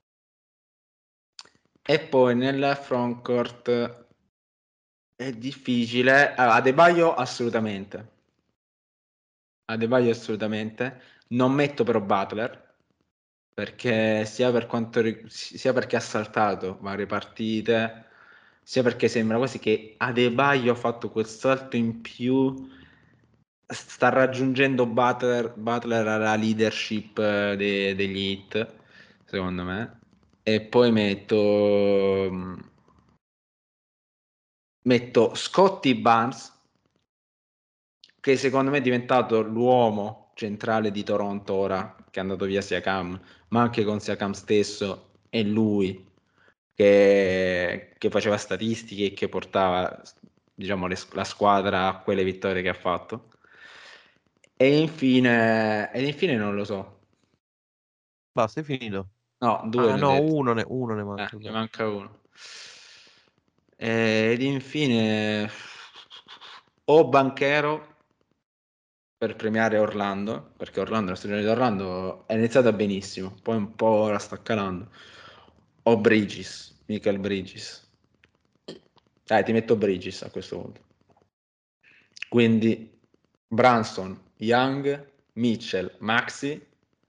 e poi nel frontcourt è difficile, allora, Adebayo assolutamente, Adebayo assolutamente, non metto però Butler, perché sia per quanto ri- sia perché ha saltato varie partite, sia perché sembra quasi che Adebayo ha fatto quel salto in più, sta raggiungendo Butler, Butler alla leadership eh, de- degli hit, secondo me. E poi metto metto Scotty Barnes, che secondo me è diventato l'uomo centrale di Toronto ora che è andato via Siakam, ma anche con Siakam stesso è lui che, che faceva statistiche e che portava diciamo le- la squadra a quelle vittorie che ha fatto. E infine, ed infine non lo so. Basta, è finito. No, due Ah ne ho no, detto. uno ne, uno ne Eh, manca. ne Ok. manca uno. Ed infine o Banchero per premiare Orlando, perché Orlando, la stagione di Orlando è iniziata benissimo, poi un po' la sta calando. O Bridges, Michael Bridges. Dai, ti metto Bridges a questo punto. Quindi Brunson, Young, Mitchell, Maxi,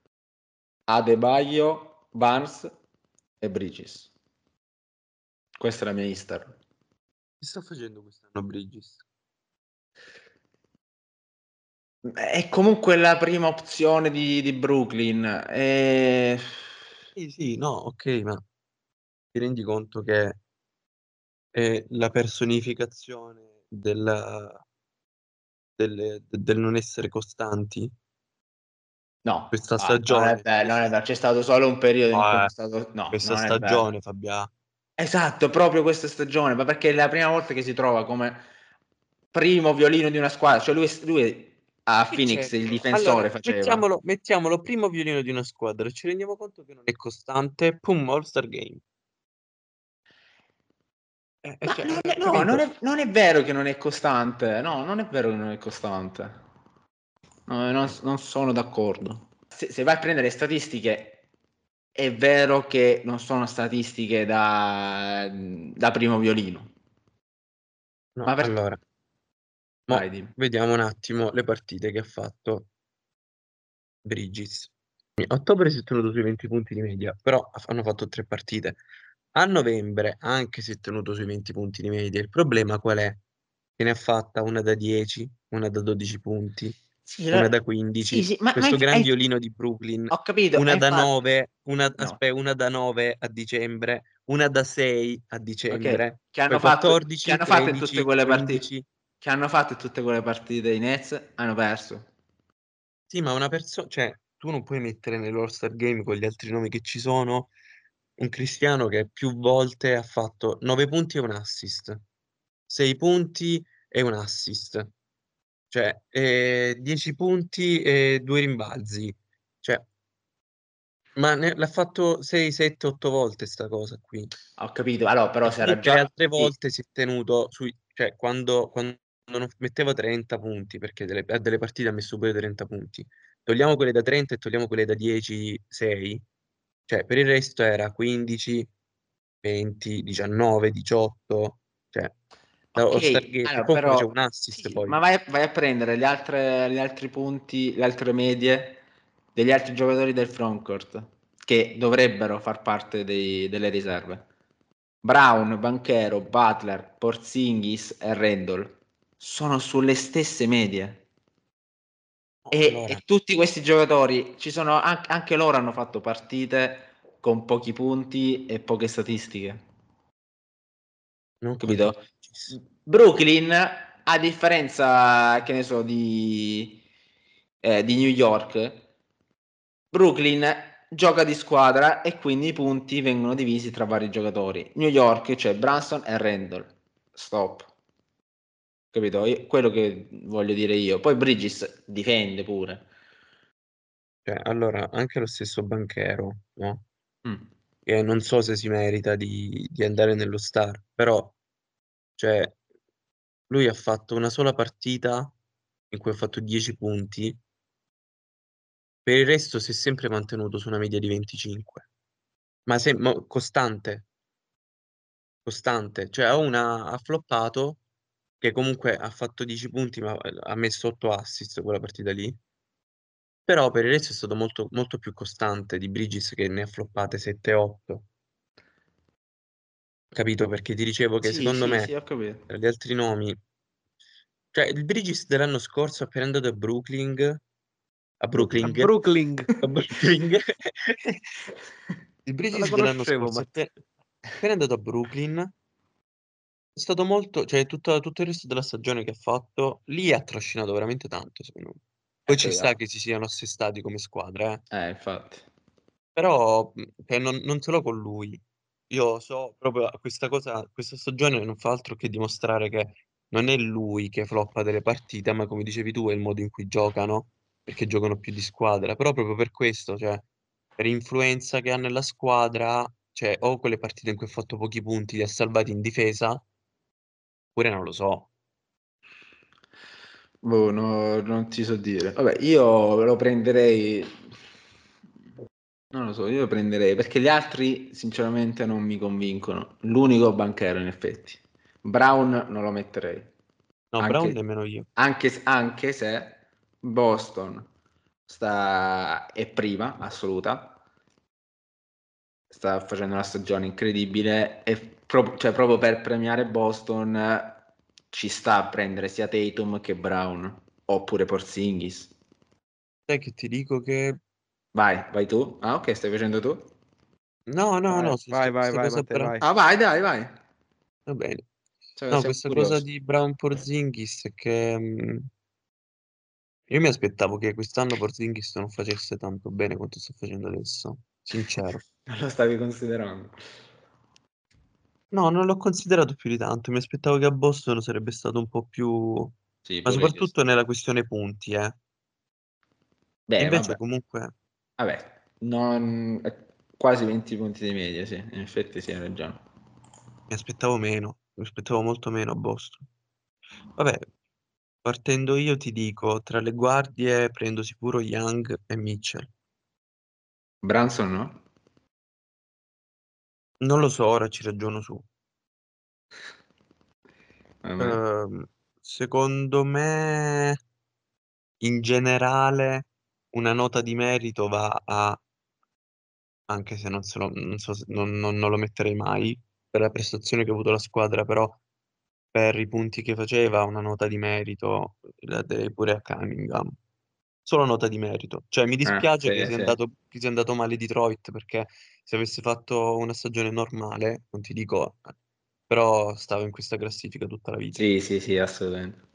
Adebayo, Barnes e Bridges. Questa è la mia Easter. Che sta facendo quest'anno Bridges? È comunque la prima opzione di, di Brooklyn. E... Sì, sì, no, ok, ma ti rendi conto che è la personificazione del, del, del non essere costanti No, questa ah, non è stagione? vero, non è vero. C'è stato solo un periodo in cui Ah, è eh, stato... No, questa non è vero. stagione, Fabià. Esatto, proprio questa stagione, ma perché è la prima volta che si trova come primo violino di una squadra. Cioè lui, lui a Che Phoenix il certo. Allora, difensore faceva. mettiamolo, mettiamolo primo violino di una squadra, ci rendiamo conto che non è costante, pum, All-Star Game. Eh, eh, Ma cioè, non eh, è, no, non capito? è, non è vero che non è costante. No, non è vero che non è costante. No, non, non sono d'accordo. Se, se vai a prendere statistiche, è vero che non sono statistiche da, da primo violino. No, Ma per... allora, mo Vai, dimmi. vediamo un attimo le partite che ha fatto Bridges. A ottobre si è tenuto sui venti punti di media, però hanno fatto tre partite. A novembre anche si è tenuto sui venti punti di media. Il problema qual è? Che ne ha fatta una da dieci, una da dodici punti, Sì, una la- da sì, quindici, sì, ma, ma questo inf- gran hai- violino di Brooklyn, ho capito, e una da infatti... nove, una, No, aspetta, una da nove a dicembre, una da sei a ok, dicembre, che poi hanno fatto, che quattordici, hanno fatto in tutte tredici, quelle partite, quindici. che hanno fatto in tutte quelle partite i Nets, hanno perso. Sì, ma una persona, cioè, tu non puoi mettere nell'All-Star Game con gli altri nomi che ci sono un Cristiano che più volte ha fatto nove punti e un assist, sei punti e un assist, cioè eh, dieci punti e due rimbalzi, cioè, ma ne- l'ha fatto sei, sette, otto volte sta cosa qui. Ho capito, allora però E se era tutte le già... altre Sì, volte si è tenuto sui, cioè quando, quando non metteva trenta punti, perché delle, a delle partite ha messo pure trenta punti, togliamo quelle da trenta e togliamo quelle da dieci, sei, cioè per il resto era quindici, venti, diciannove, diciotto, cioè da All-Star ok, Game, e allora comunque faceva però... un assist Sì, poi. ma vai, vai a prendere le altre, gli altri punti, le altre medie degli altri giocatori del frontcourt che dovrebbero far parte dei- delle riserve. Brown, Banchero, Butler, Porzingis e Randall sono sulle stesse medie. No, E, allora, e tutti questi giocatori, ci sono anche, anche loro hanno fatto partite con pochi punti e poche statistiche, non quanto capito? Bridges. Brooklyn, a differenza, che ne so, di, eh, di New York, Brooklyn gioca di squadra e quindi i punti vengono divisi tra vari giocatori. New York c'è Brunson e Randall. Stop. Capito? Io- quello che voglio dire io. Poi Bridges difende pure. Cioè, allora, anche lo stesso Banchero, no? Mm. Che non so se si merita di, di andare nello Star, però, cioè, lui ha fatto una sola partita in cui ha fatto dieci punti, per il resto si è sempre mantenuto su una media di venticinque, ma, se- ma costante, costante, cioè a una ha floppato, che comunque ha fatto dieci punti, ma ha messo otto assist quella partita lì, però per il resto è stato molto, molto più costante di Bridges che ne ha floppate sette otto, capito? Perché ti dicevo che Sì, secondo sì, me, sì, ho capito. tra gli altri nomi, cioè il Bridges dell'anno scorso appena andato a Brooklyn, a A Brooklyn, Brooklyn. a Brooklyn, il Non la Bridges dell'anno conoscevo, scorso ma... appena, appena andato a Brooklyn, è stato molto, cioè tutto, tutto il resto della stagione che ha fatto, lì ha trascinato veramente tanto, secondo me. È Poi ci sta collegato. che si siano assestati come squadra, eh. Eh, infatti. Però mh, cioè, non, non ce l'ho con lui. Io so proprio questa cosa, questa stagione non fa altro che dimostrare che non è lui che floppa delle partite, ma come dicevi tu è il modo in cui giocano, perché giocano più di squadra. Però proprio per questo, cioè, per influenza che ha nella squadra, cioè, o quelle partite in cui ha fatto pochi punti, li ha salvati in difesa, oppure non lo so. Boh, no, non ti so dire. Vabbè, io lo prenderei. Non lo so, io lo prenderei perché gli altri, sinceramente, non mi convincono. L'unico banchero, in effetti. Brown non lo metterei. No, Anche, Brown nemmeno io. Anche, anche se Boston sta è prima, assoluta. Sta facendo una stagione incredibile e pro- cioè, proprio per premiare Boston ci sta a prendere sia Tatum che Brown oppure Porzingis. Sai che ti dico che... Vai, vai tu. Ah, ok, stai facendo tu? No, no, Vai, no, su, vai, su vai, questa vai, cosa Matteo, Brown... vai. Ah, vai, dai, vai. Va bene. Cioè, No, siamo questa curiosi. cosa di Brown Porzingis è che... mh, io mi aspettavo che quest'anno Porzingis non facesse tanto bene quanto sta facendo adesso, sincero. Non lo stavi considerando. No, non l'ho considerato più di tanto, mi aspettavo che a Boston sarebbe stato un po' più... Sì, Ma pure io. soprattutto nella questione punti, eh. E Beh, invece vabbè. comunque Vabbè, non... è quasi venti punti di media, sì. In effetti sì, hai ragione. mi aspettavo meno, mi aspettavo molto meno a Boston. Vabbè, partendo io ti dico, tra le guardie prendo sicuro Young e Mitchell. Branson no? Non lo so, ora ci ragiono su. Vabbè. Ehm, secondo me, in generale, una nota di merito va a, anche se non, se lo, non, so se- non- non- non lo metterei mai, per la prestazione che ha avuto la squadra, però per i punti che faceva, una nota di merito la darei pure a Cunningham. Solo nota di merito. Cioè, mi Ah, dispiace che sì, sia sì. andato, che sia andato male Detroit, perché se avesse fatto una stagione normale, non ti dico, però stava in questa classifica tutta la vita. Sì, sì, sì, assolutamente.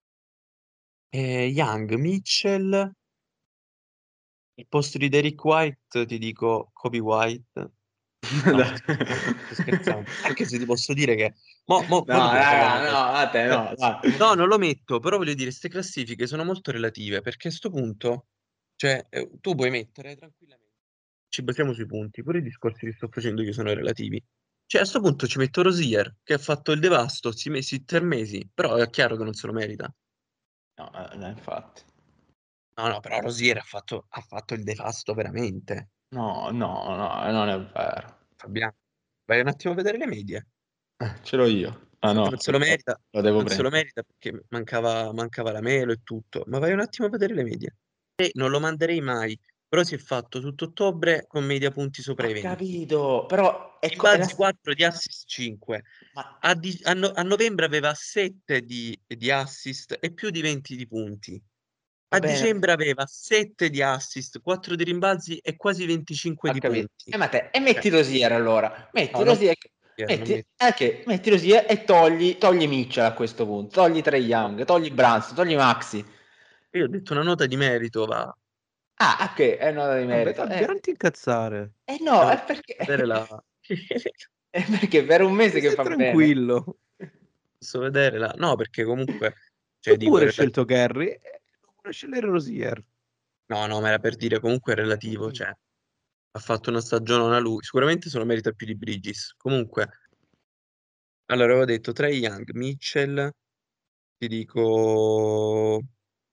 E Young, Mitchell, il posto di Derrick White, ti dico Kobe White. No, sto scherzando, sto scherzando. Anche se ti posso dire che... Mo, mo- mo No, dobbiamo fare raga, una no, cosa. a te Eh, no, dai. no, non lo metto, però voglio dire, queste classifiche sono molto relative, perché a sto punto, cioè, eh, tu puoi mettere tranquillamente, ci basiamo sui punti, pure i discorsi che sto facendo io sono relativi. Cioè, a sto punto ci metto Rosier, che ha fatto il devasto, si messi tre mesi, però è chiaro che non se lo merita. No, eh, infatti. No, no, però Rosier ha fatto, ha fatto il devasto veramente. No, no, no, non è vero. Fabiano, vai un attimo a vedere le medie. Eh, ce l'ho io. Ah no, Non se lo merita, lo devo non se lo prendere. merita perché mancava, mancava la Melo e tutto, ma vai un attimo a vedere le medie. E non lo manderei mai, però si è fatto tutto ottobre con media punti sopra i Ho venti. capito, però è, co- è la... Rimbalzi quattro di assist cinque. Ma A, di- a no- a novembre aveva sette di, di assist e più di venti di punti. va A bene, dicembre aveva sette di assist, quattro di rimbalzi e quasi venticinque ho di capito. punti. E, ma te, e metti Cioè, Rosier allora. Metti no, non Rosier, non metti, metti. eh, che- metti Rosier e togli, togli Mitchell a questo punto. Togli Trae No, Young, togli Branson, togli Maxi. io ho detto una nota di merito, va. Ah, ok, è nota di Vabbè, merito. Fabio, Eh, non ti incazzare. eh no, Devo è perché... vedere la... è perché per un mese che Stai fa bene. tranquillo. Posso vedere la... No, perché comunque, Tu cioè dico, pure è hai relativo. scelto Kerry e non vuole scegliere Rosier. No, no, ma era per dire comunque è relativo, cioè ha fatto una stagione a lui. Sicuramente se lo merita più di Bridges. Comunque, allora avevo detto Trae Young, Mitchell, ti dico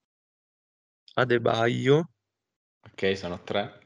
Adebayo, Ok, sono tre.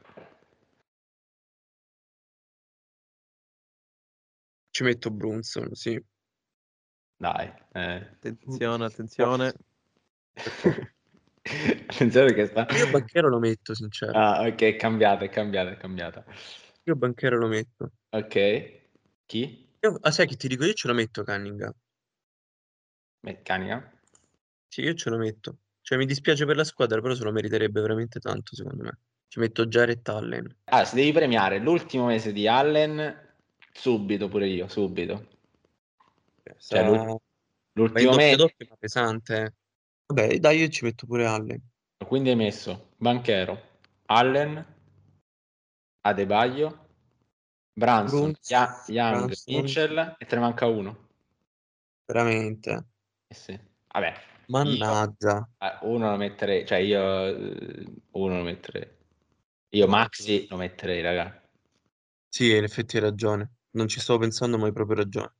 ci metto Brunson, sì, Dai. Eh. Attenzione, attenzione. per forza. Attenzione che sta... Io Banchero lo metto, sincero. Ah, ok, è cambiata, è cambiata, è cambiata. Io Banchero lo metto. Ok. Chi? Io- ah, sai che ti dico? Io ce lo metto Cunningham. Meccanica? Sì, io ce lo metto. Cioè, mi dispiace per la squadra, però se lo meriterebbe veramente tanto, secondo me. Ci metto Jared Allen. Ah, se devi premiare l'ultimo mese di Allen, subito pure io, subito. Cioè, Cioè, sarà... l'ul- Va in l'ultimo doppio mese, doppio, ma pesante. eh. Vabbè, dai, io ci metto pure Allen. quindi hai messo Banchero, Allen, Adebayo, Branson, Bruns, Ya- Young, Brunson, Mitchell e te ne manca uno. veramente. Eh sì. Vabbè, io Mannaggia. eh, uno lo metterei, cioè io eh, uno lo metterei. Io No, Maxi lo metterei, raga. sì, in effetti hai ragione. Non ci stavo pensando, ma hai proprio ragione.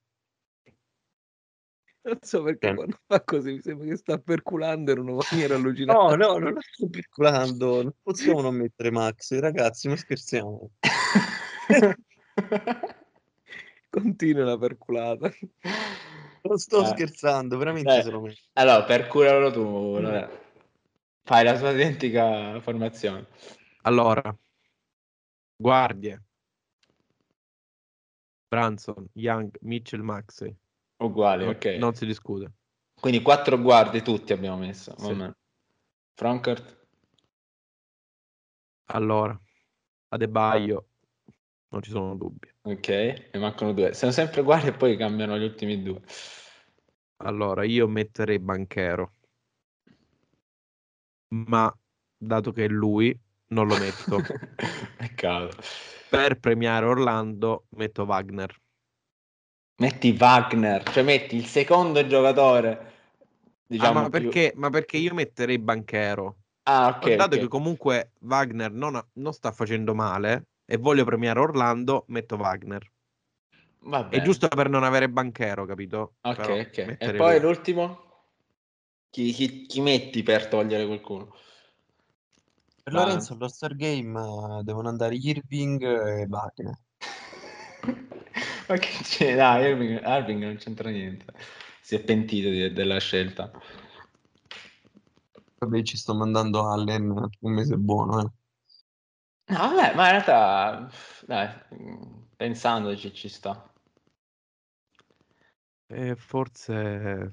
Non so perché Cioè, quando fa così mi sembra che sta perculando in una maniera no, allucinante. no, non lo sto perculando. Non possiamo non mettere Max, ragazzi, ma scherziamo. Continua la perculata. Non sto Eh, scherzando, veramente dai. se lo metto. Allora, per curarlo tu, allora, fai la sua identica formazione. Allora, guardie. Branson, Young, Mitchell, Maxey. Uguali, Non, ok. non si discute. Quindi quattro guardie tutti abbiamo messo. Sì. Vabbè. Frankert, Allora, Adebayo, non ci sono dubbi. ok, ne mancano due. Sono sempre uguali e poi cambiano gli ultimi due. Allora, io metterei Banchero, ma dato che è lui, non lo metto. Peccato. Per premiare Orlando, metto Wagner. Metti Wagner, cioè metti il secondo giocatore, Ah, diciamo ma più... perché, ma perché io metterei Banchero? Ah, ok, Ma dato che ok. comunque Wagner non, ha- non sta facendo male e voglio premiare Orlando, metto Wagner. Va È bene. giusto per non avere Banchero, capito? Ok, Però ok. E mettere poi lui. l'ultimo? Chi, chi- chi metti per togliere qualcuno? Per Va. Lorenzo, allo Star Game eh, devono andare Irving e Wagner. Ma che c'è? Dai, Irving, Irving non c'entra niente. Si è pentito di- della scelta. Vabbè, ci sto mandando Allen un mese buono, eh. No, vabbè, ma in realtà, dai, pensandoci ci sta. E forse...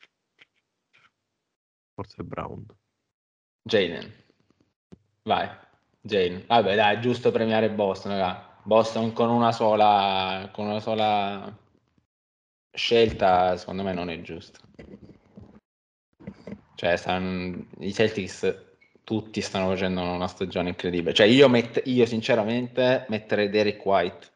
Forse Brown. Jaden. Vai, Jane. Vabbè, dai, giusto premiare Boston, raga. Boston con una sola, con una sola scelta, secondo me non è giusto. Cioè, stanno, i Celtics tutti stanno facendo una stagione incredibile. Cioè, io, mett- io sinceramente metterei Derek White.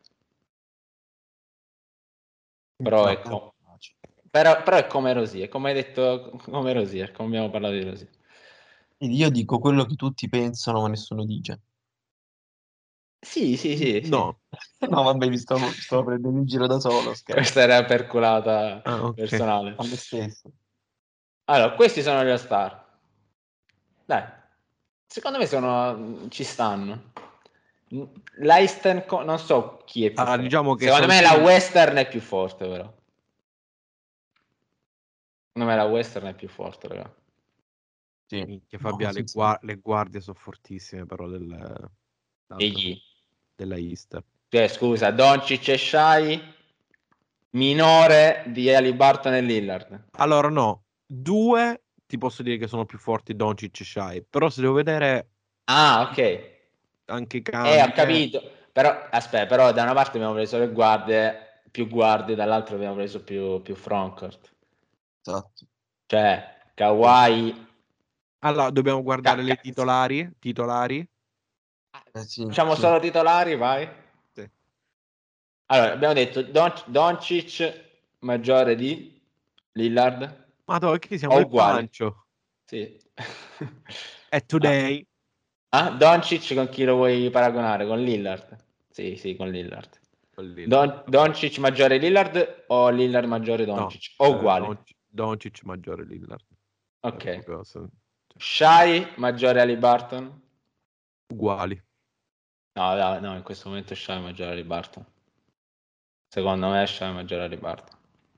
Però No, ecco, però, però è come Rosier, come hai detto, come Rosier, come abbiamo parlato di Rosier. io dico quello che tutti pensano, ma nessuno dice. Sì, sì, sì, sì. No. No, vabbè, mi stavo, stavo prendendo in giro da solo, scherzo. Questa era perculata Ah, ok. personale. A me stesso. Allora, questi sono gli All-Star. Dai, secondo me sono, ci stanno. L'Eastern, co- non so chi è più Allora, forte. diciamo che Secondo sono me la tutti... Western è più forte, però. Secondo me la Western è più forte, raga. Sì. Minchia, No, Fabia, le, senza- gua- le guardie sono fortissime, però del... E l'altro, chi? della East. Cioè, scusa, Doncic e Shai minore di Haliburton e Lillard. Allora, no. Due ti posso dire che sono più forti Doncic e Shai, però se devo vedere Ah, ok. Eh, anche i ho cambi... eh, capito. Però, aspetta, però da una parte abbiamo preso le guardie, più guardie, dall'altra abbiamo preso più, più frontcourt. Esatto. Cioè, Kawhi... Allora, dobbiamo guardare Ca- le ca- titolari? Titolari? Eh, sì, Facciamo sì. solo titolari, vai. Sì. Allora, abbiamo detto Don- Doncic maggiore di Lillard Ma dove che siamo o il uguali? pancio? Sì. E Ah, today? ah, Doncic con chi lo vuoi paragonare? Con Lillard? Sì, sì, con Lillard. Con Lillard, Don- vabbè. Doncic maggiore Lillard o Lillard maggiore No, Doncic? O eh, uguali? Doncic, Doncic maggiore Lillard. È Ok. proprio se- cioè, Shai maggiore Haliburton? uguali. No, no, no, in questo momento Shai è maggiore Haliburton. Secondo me Shai è maggiore Haliburton.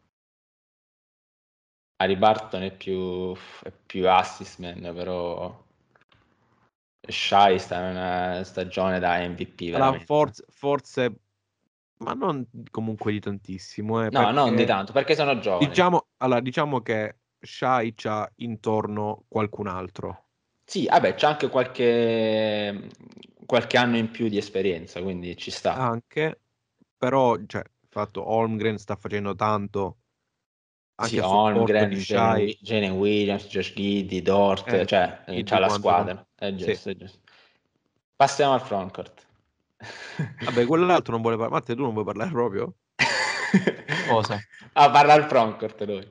Haliburton è più, è più assist man, però Shai sta in una stagione da M V P Allora, veramente. forse, forse, ma non comunque di tantissimo, eh, No, non di perché tanto, perché sono giovani. diciamo, allora, diciamo che Shai c'ha intorno qualcun altro. Sì, vabbè, c'è anche qualche, qualche anno in più di esperienza, quindi ci sta. Anche, però, cioè, il fatto Holmgren sta facendo tanto Sì, anche a supporto di Holmgren, Jalen Shai. Wi- Jalen Williams, Josh Giddey, Dort, Eh, cioè eh, c'ha Giddy la quanto non... squadra. È Sì. giusto, è giusto. Passiamo al frontcourt. Vabbè, quell'altro non vuole parlare. Matte, tu non vuoi parlare proprio? Cosa? Ah, parla al frontcourt lui.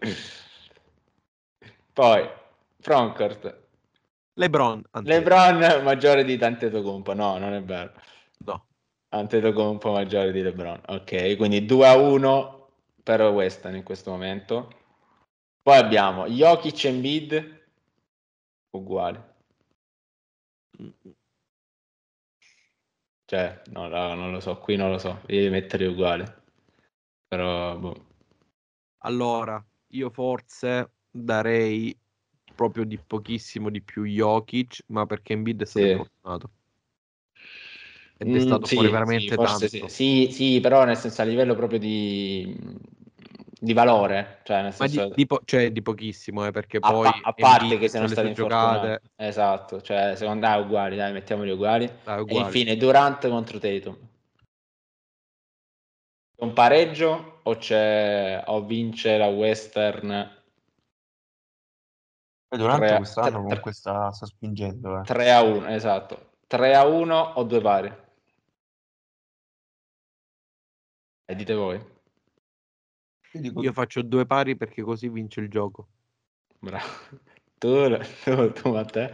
Poi, frontcourt. LeBron Antetokounmpo. LeBron maggiore di Antetokounmpo. No, non è vero. No. Antetokounmpo maggiore di LeBron. Ok, quindi due a uno per Western in questo momento. Poi abbiamo Jokic e Embiid uguali. Cioè, no, no, non lo so, qui non lo so. Io li metterei uguali. Però, boh. Allora, io forse darei proprio di pochissimo di più Jokic, ma perché Embiid è stato Sì. infortunato. Ed è Mm, stato sì, fuori sì, veramente forse tanto. sì. Sì, sì, però nel senso a livello proprio di, di valore, cioè nel Ma di, senso di po- cioè di pochissimo, eh, perché a, poi pa- a parte che Embiid siano c'ha le stati sue infortunati, giocate, esatto, cioè secondo me uguali, dai, mettiamoli uguali. dai, E uguali. infine Durant contro Tatum. C'è un pareggio o c'è o vince la Western E Durant tre quest'anno comunque sta, sta spingendo, eh. a uno, esatto. tre a uno o due pari? E dite voi. Io dico Io faccio due pari perché così vince il gioco. Bravo. Tu, tu, tu Matteo.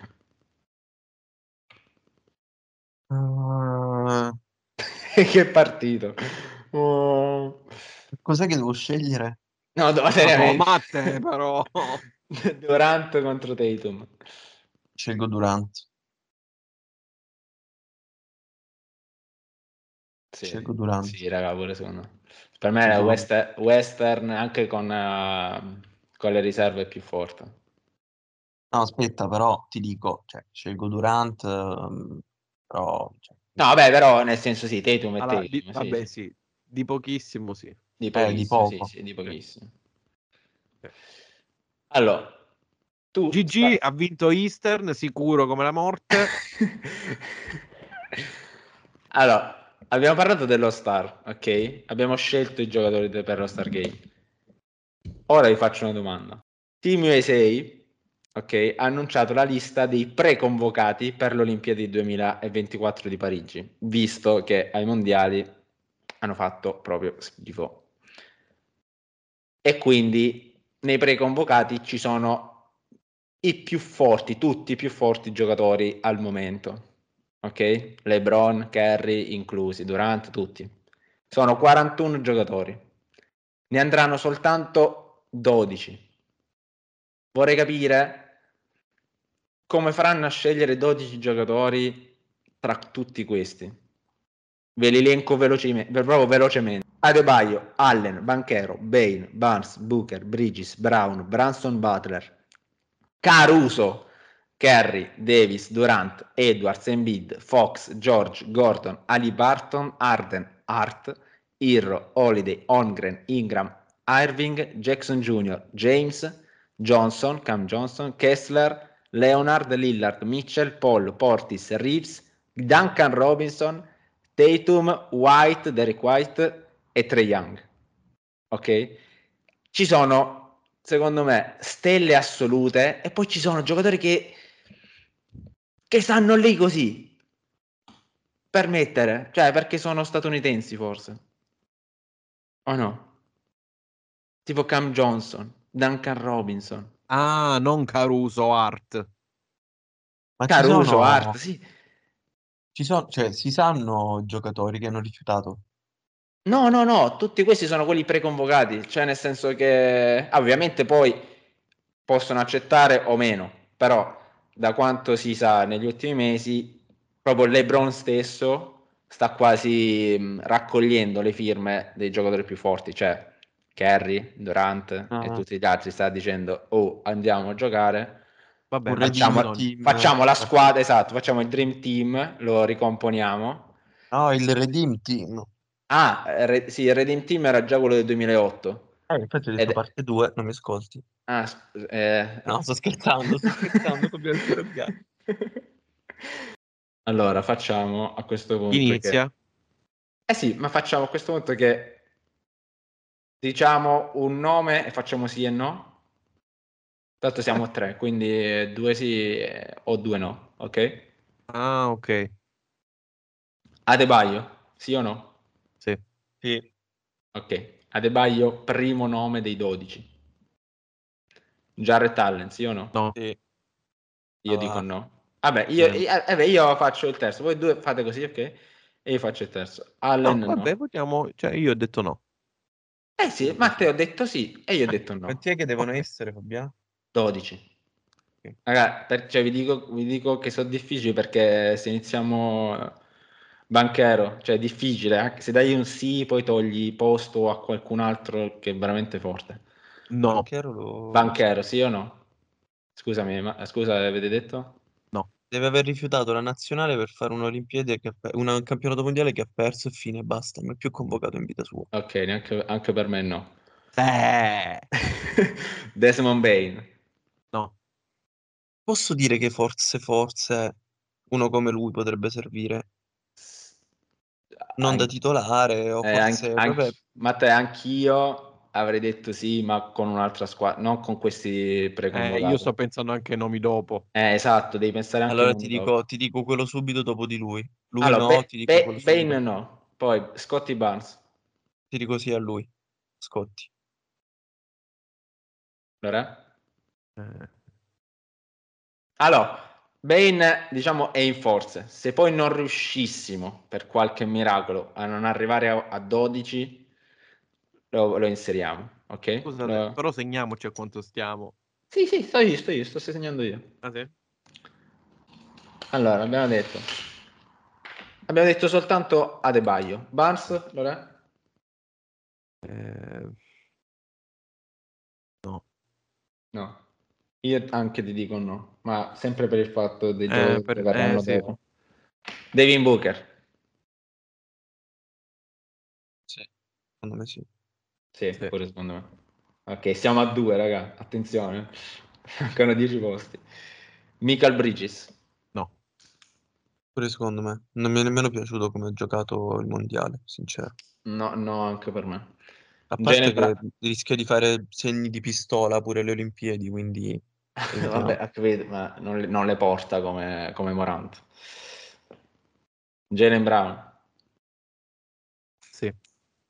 Uh, Che partito. Oh. cos'è che devo scegliere? No, do- Ma seriamente. Matte, però. Durant contro Tatum. Scelgo Durant. Sì, Scelgo Durant. sì, raga, pure secondo me. Per me Ti la giuro. West- Western anche con, eh, con le riserve è più forte. No, aspetta, però ti dico, cioè, scelgo Durant, ehm, però... cioè, No, vabbè, però nel senso sì, Tatum e Allora, di- Tatum, sì, vabbè, sì. sì, di pochissimo sì. Di eh, di pochissimo, sì, poco. sì, di Sì. pochissimo. Sì. Allora, tu G G stai... ha vinto Eastern, sicuro come la morte. Allora, abbiamo parlato dello Star, ok? Abbiamo scelto i giocatori de- per lo Star Game. Ora vi faccio una domanda. Team U S A, ok, ha annunciato la lista dei pre-convocati per le Olimpiadi duemilaventiquattro di Parigi, visto che ai mondiali hanno fatto proprio schifo. E quindi nei pre-convocati ci sono i più forti, tutti i più forti giocatori al momento. Ok? LeBron, Curry inclusi, Durant, tutti. Sono quarantuno giocatori. Ne andranno soltanto dodici. Vorrei capire come faranno a scegliere dodici giocatori tra tutti questi. Ve li elenco velocemente, proprio velocemente. Adebayo, Allen, Banchero, Bane, Barnes, Booker, Bridges, Brown, Branson Butler, Caruso, Curry, Davis, Durant, Edwards, Embiid, Fox, George, Gordon, Ali Barton, Arden, Hart, Irro, Holiday, Holmgren, Ingram, Irving, Jackson Junior, James, Johnson, Cam Johnson, Kessler, Leonard, Lillard, Mitchell, Paul, Portis, Reeves, Duncan Robinson, Tatum, White, Derek White e Trae Young. Ok? Ci sono, secondo me, stelle assolute e poi ci sono giocatori che che stanno lì così per mettere, cioè perché sono statunitensi forse. O no? Tipo Cam Johnson, Duncan Robinson, Ah, non Caruso, Art. Ma ci Caruso, sono, Hart, sì. ci sono, cioè, si sanno giocatori che hanno rifiutato. No, no, no, tutti questi sono quelli preconvocati, cioè nel senso che ah, ovviamente poi possono accettare o meno, però da quanto si sa negli ultimi mesi, proprio LeBron stesso sta quasi mh, raccogliendo le firme dei giocatori più forti, cioè Curry, Durant e Ah, tutti gli altri sta dicendo "Oh, andiamo a giocare, Vabbè, un ma ci redeem facciamo, sono. team. facciamo la squadra, esatto, facciamo il Dream Team, lo ricomponiamo". No, il redeem team. Ah, Re- sì, il Redeem Team era già quello del duemilaotto. Eh, infatti ho detto Ed... parte due, non mi ascolti. Ah, sc- eh... No, sto scherzando, sto scherzando, dobbiamo interrogare. Allora, facciamo a questo punto che... Inizia. Eh sì, ma facciamo a questo punto che diciamo un nome e facciamo sì e no. Tanto siamo a tre, quindi due sì eh, o due no, ok? Ah, ok. Adebayo, sì o no? Sì. Sì, Ok. Adebayo, primo nome dei dodici. Jarrett Allen, sì o no? No. sì. Io dico Ah, no. Vabbè, io, io no. io, eh, beh, io faccio il terzo, voi due fate così, ok? E io faccio il terzo. No, Allen vabbè, no. votiamo. Cioè, io ho detto no. Eh sì, Matteo ha detto sì e io ho detto no. Quanti è che devono Ok. essere, Fabiano? dodici. Ok. Raga, per- cioè, vi dico, vi dico che sono difficili perché se iniziamo eh, Banchero, cioè è difficile, anche se dai un sì poi togli posto a qualcun altro che è veramente forte. No, Banchero lo... Banchero, sì o no? Scusami, ma scusa, avete detto? no. Deve aver rifiutato la nazionale per fare un'Olimpiade che ha pe- una- un campionato mondiale che ha perso e fine, basta, non è più convocato in vita sua. Ok, neanche, anche per me no. Eh, Desmond Bain. no. Posso dire che forse, forse uno come lui potrebbe servire, non da An- titolare, o eh, anch- forse, vabbè, anch- Matteo, anch'io avrei detto sì, ma con un'altra squadra, non con questi Eh, io preconvocati. sto pensando anche ai nomi dopo. Eh, esatto, devi pensare anche ai allora ti nomi dopo. dico, ti dico quello subito dopo di lui. Lui Allora, no, Be- ti dico quello Be- Bain subito. no, poi Scotty Barnes. Ti dico sì a lui, Scotti. Allora? Eh, Allora, Bane, diciamo, è in forze. Se poi non riuscissimo, per qualche miracolo, a non arrivare a, a dodici, lo, lo inseriamo, ok? Scusate, Lo- però segniamoci a quanto stiamo. Sì, sì, sto io, sto io, sto segnando io. Ah, sì? Allora, abbiamo detto... Abbiamo detto soltanto Adebayo. Barnes, allora? Eh, no. No. Io anche ti dico no, ma sempre per il fatto dei Eh, giocatori che per- eh, verranno sì. dopo. Devin Booker. Sì, secondo me sì. Sì, Sì. pure secondo me. Ok, siamo a due, raga. Attenzione. Mancano dieci posti. Michael Bridges. No. Pure secondo me. Non mi è nemmeno piaciuto come ha giocato il mondiale, sincero. No, no, anche per me. A parte Jalen che Brown. rischia di fare segni di pistola pure alle Olimpiadi, quindi Vabbè, evitiamo. ho capito, ma non le, non le porta come, come Morant. Jalen Brown. Sì.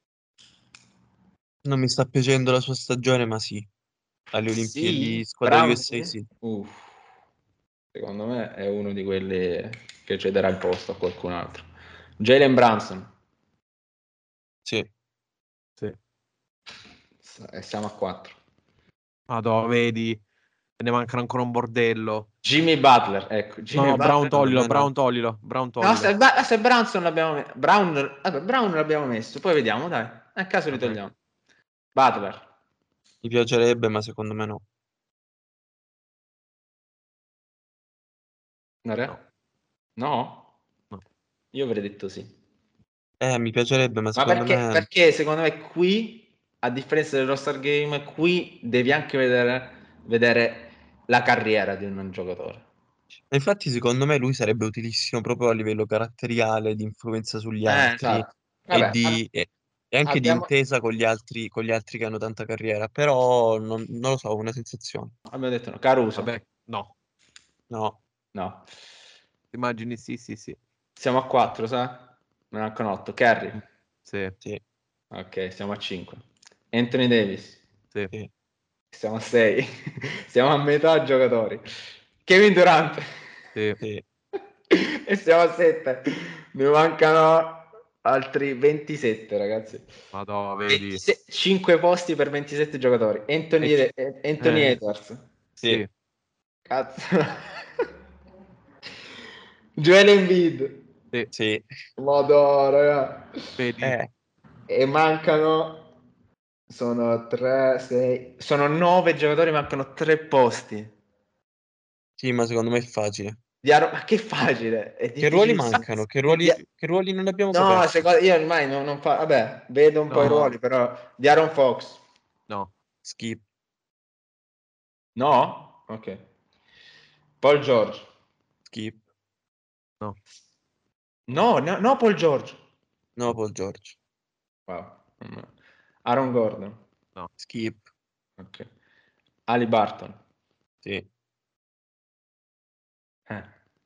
Non mi sta piacendo la sua stagione, ma sì. Alle Sì, Olimpiadi, squadra Brown U S A sì. sì. Uff. Secondo me è uno di quelli che cederà il posto a qualcun altro. Jalen Brunson. Sì. Sì. E siamo a quattro. Madò, vedi? Ne mancano ancora un bordello. Jimmy Butler, ecco, Jimmy No, Brown Butler. Secondo toglilo, me Brown no. toglilo, Brown No, toglilo. se, Ba- se Brunson l'abbiamo messo, Brown, vabbè, Brown l'abbiamo messo, poi vediamo, dai, a caso li Ok. togliamo. Butler, Mi piacerebbe, ma secondo me no. non è? No, No? no. Io avrei detto sì. Eh, mi piacerebbe, ma Ma secondo perché, me... perché secondo me qui, a differenza dello Star Game, qui devi anche vedere, vedere la carriera di un giocatore. E infatti secondo me lui sarebbe utilissimo proprio a livello caratteriale, di influenza sugli Eh, altri esatto. e, Vabbè, ab- di, e, e anche di abbiamo, intesa con gli altri, con gli altri che hanno tanta carriera, però non, non lo so, una sensazione. abbiamo detto no. Caruso, Vabbè, no. No, no. Immagini, sì, sì, sì. Siamo a quattro, sa? Me ne mancano otto. Kerry. Sì, sì, Ok, siamo a cinque. Anthony Davis. sì. sì, Siamo a sei. Siamo a metà giocatori. Kevin Durant. Sì. sì. E siamo a sette. Ne mancano altri ventisette, ragazzi. Madò, vedi? cinque posti per ventisette giocatori. E Anthony, ci- eh, Anthony eh, Edwards. Sì, sì, Cazzo. Joel Embiid. sì, sì. Madonna, raga. vedi? Eh, E mancano... Sono tre, sei... Sono nove giocatori, mancano tre posti. sì, ma secondo me è facile. Diaro- Ma che facile, è Che ruoli difficilissimo. mancano? Che Dia- ruoli, che ruoli non abbiamo No, coperto? secondo... io ormai non, non fa... Vabbè, vedo un po' i No, ruoli, però... Di Aaron Fox. no, Skip, No? Ok. Paul George. skip. no. No, no, no Paul George. No, Paul George. Wow. Mm. Aaron Gordon. Skip. Ok. Ali Barton. Sì. Eh.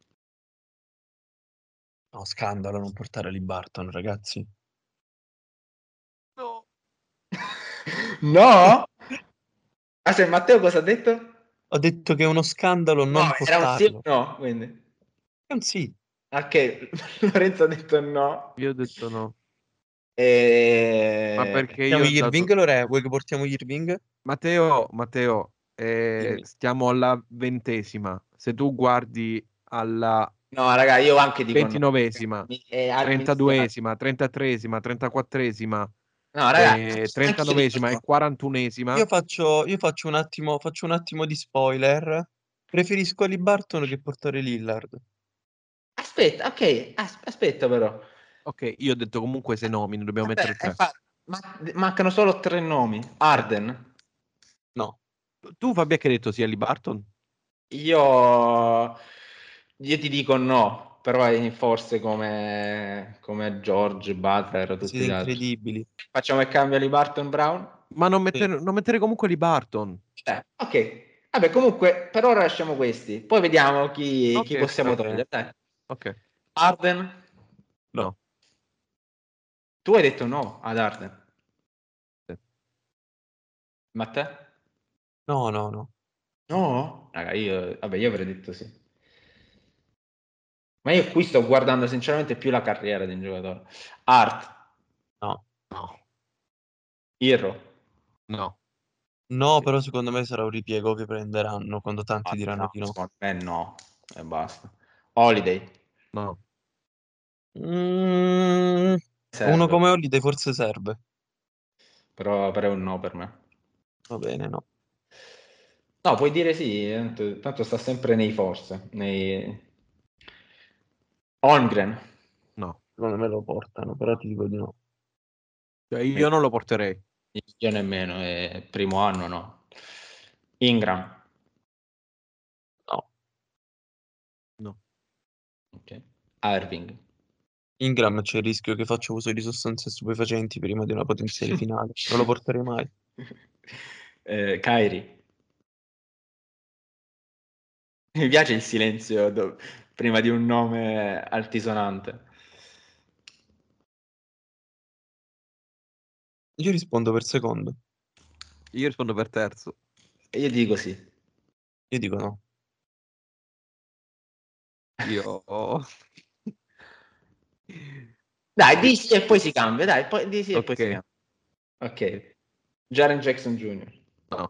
No, scandalo non portare Lee Barton, ragazzi. No. No? Ah, se Matteo cosa ha detto? Ho detto che è uno scandalo No, non era un sì o portarlo. no, quindi. È un sì. Ok, Lorenzo ha detto no. Io ho detto no. E... Ma perché Portiamo io ho Irving, dato... Lore? Vuoi che portiamo Irving? Matteo, Matteo, eh, Dimmi. stiamo alla ventesima. Se tu guardi alla No, raga, io anche dico no. ventinovesima, Mi, è- mi dispiace. trentaduesima, trentatreesima, trentaquattresima, No, ragazzi, eh, anch'io trentanovesima e dico- quarantunesima. Io faccio, io faccio un attimo, faccio un attimo di spoiler. Preferisco Haliburton che portare Lillard. Aspetta, ok, as- aspetta però. Ok, io ho detto comunque sei nomi, ne dobbiamo Vabbè, mettere tre. infatti, ma- mancano solo tre nomi. Arden. No. Tu Fabio che hai detto sia Barton? Io, io ti dico no, però è forse come, come George, Butler, tutti Siete gli altri. incredibili. Facciamo il cambio di Barton Brown? Ma non Sì. mettere, non mettere comunque Barton. Eh, ok. Vabbè, comunque per ora lasciamo questi. Poi vediamo chi, chi Ok, possiamo ok. togliere. Dai. Ok, Arden? no. Tu hai detto no ad Arden. Sì. Ma te? No, no, no. No? Raga, io, vabbè, io avrei detto sì. Ma io qui sto guardando sinceramente più la carriera di un giocatore. Art, No. No, Hero. no. No, però secondo me sarà un ripiego che prenderanno quando tanti Ah, diranno no, di no. secondo me no. E basta. Holiday. No. Mm, Serve. uno come Holiday forse serve. Però, però è un no per me. Va bene, no. No, puoi dire sì, tanto, tanto sta sempre nei forze. Nei... Holmgren. No. Secondo me lo portano, però ti dico di no. Cioè, io non lo porterei. Io nemmeno, è primo anno no. Ingram. No. No. Ok. Irving. Ingram c'è il rischio che faccia uso di sostanze stupefacenti prima di una potenziale finale. Non lo porterei mai. eh, Kyrie. Mi piace il silenzio do- prima di un nome altisonante. Io rispondo per secondo. Io rispondo per terzo. E io dico sì. Io dico no. Io... Dai, dici e poi si cambia, dai, poi dici e poi si Ok. cambia. Ok. Jaren Jackson Junior No.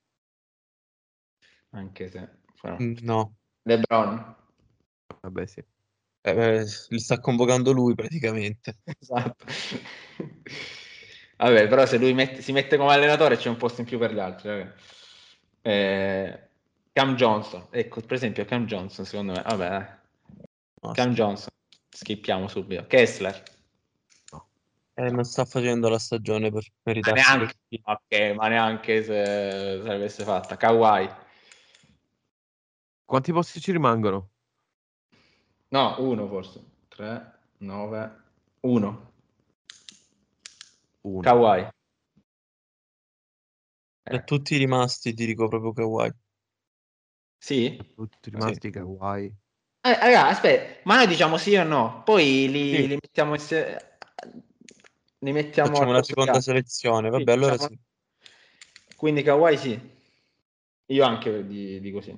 Anche se... però- Mm, No. LeBron. Vabbè, sì. Eh, eh, li sta convocando lui praticamente. Esatto. Vabbè, però se lui mette- si mette come allenatore c'è un posto in più per gli altri. Vabbè. Eh, Cam Johnson. Ecco, per esempio Cam Johnson, secondo me. Vabbè, dai. No, Cam schifo. Johnson. Schippiamo subito. Kessler. No. Eh, non sta facendo la stagione per Ma meritarsi neanche, questo. ok, ma neanche se, se l'avesse fatta. Kawhi. Quanti posti ci rimangono? No, uno forse. tre, nove, uno. Uno. Kawhi. Da Eh, tutti i rimasti ti dico proprio Kawhi. sì? Tutti Sì. rimasti Kawhi. Eh, raga, aspetta, ma noi diciamo sì o no? Poi li, Sì. li mettiamo insieme. Li mettiamo Facciamo al una posto di seconda altri. selezione. Sì, Vabbè, allora facciamo- sì. Quindi Kawhi sì. Io anche di- dico sì.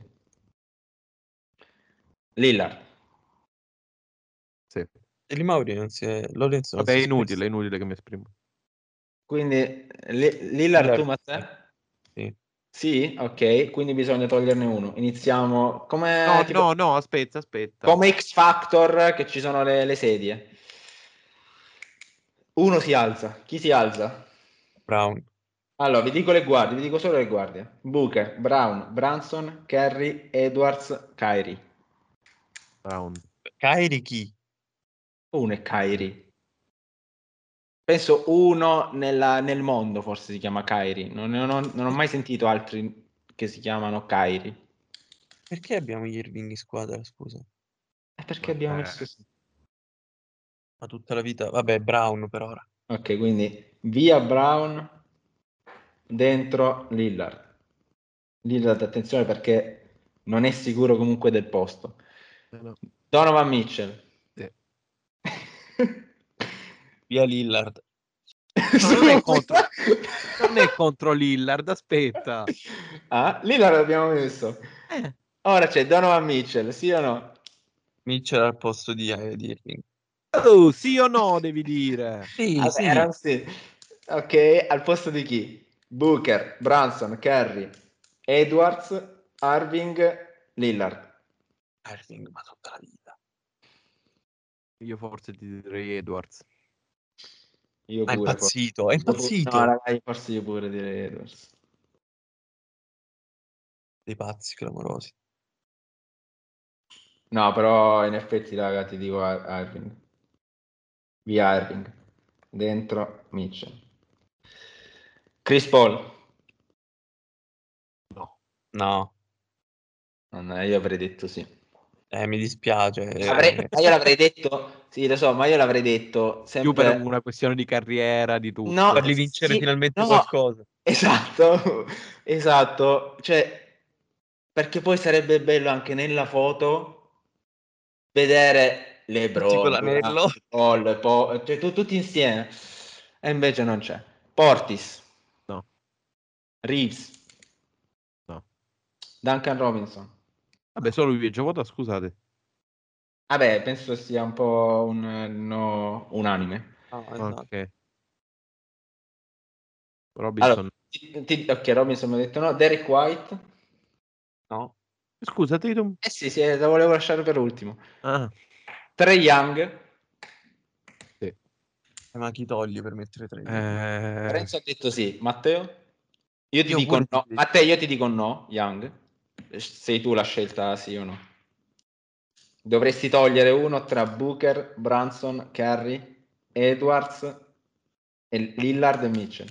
Lillard. Sì. E Mauri non si è... Lorenzo non Vabbè, si è è inutile, espresso. è inutile che mi esprimo. Quindi Li- Lillard tu, Lillard, ma sì. te? Sì. Sì, ok, quindi bisogna toglierne uno. Iniziamo come No, tipo no, no, aspetta, aspetta. come X Factor che ci sono le, le sedie. Uno si alza. Chi si alza? Brown. Allora, vi dico le guardie, vi dico solo le guardie. Booker, Brown, Branson, Kerry, Edwards, Kyrie. Brown. Kyrie chi? Uno è Kyrie. Penso uno nella- nel mondo forse si chiama Kyrie. Non, non ho, non ho mai sentito altri che si chiamano Kyrie. Perché abbiamo gli Irving in squadra, scusa? È perché abbiamo Vabbè. messo... Ma tutta la vita... Vabbè, Brown per ora. Ok, quindi via Brown, dentro Lillard. Lillard, attenzione perché non è sicuro comunque del posto. Eh, no. Donovan Mitchell. Sì. Via Lillard. No, non è contro, non è contro Lillard, aspetta. Ah, Lillard l'abbiamo messo. Eh, Ora c'è Donovan Mitchell, sì o no? Mitchell al posto di, eh, di Irving. oh, sì o no, devi dire. Sì, Vabbè, sì. era un sì. Ok, al posto di chi? Booker, Branson, Curry, Edwards, Irving, Lillard. Irving, ma tutta la vita. Io forse ti direi Edwards. Io Ma è pure. forse. impazzito, è Io pu- impazzito. No, ragazzi, forse io pure direi Edwards. Dei pazzi clamorosi. No, però in effetti, raga, ti dico Ir- Irving. Via Irving. Dentro Mitchell. Chris Paul. No. No, Non, io avrei detto sì. eh, mi dispiace. Avrei- eh. ma io l'avrei detto, sì, lo so, ma io l'avrei detto Più per sempre. una questione di carriera, di No, tutto. Fargli vincere sì, finalmente no, qualcosa. esatto, esatto, cioè, perché poi sarebbe bello anche nella foto vedere Tutti con LeBron, l'anello. Durant, Paul, Po- cioè, tu- tutti insieme, e invece non c'è. Portis, No, Reeves, no. Duncan Robinson. Vabbè, solo lui è giocato, scusate. Vabbè, penso sia un po' un no unanime. No, esatto. Ok. Allora, Robinson. ti- ti- ok, Robinson mi ha detto no, Derek White. No. Scusa, Tatum. Eh sì, sì, eh, la volevo lasciare per ultimo. Ah, Trae Young. sì. Eh, Ma chi togli per mettere tre? Eh, Lorenzo ha detto sì. Matteo? Io ti Io dico pure no. direi- Matteo, io ti dico no, Young. Sei tu la scelta sì o no. Dovresti togliere uno tra Booker, Branson, Curry, Edwards, e Lillard e Mitchell.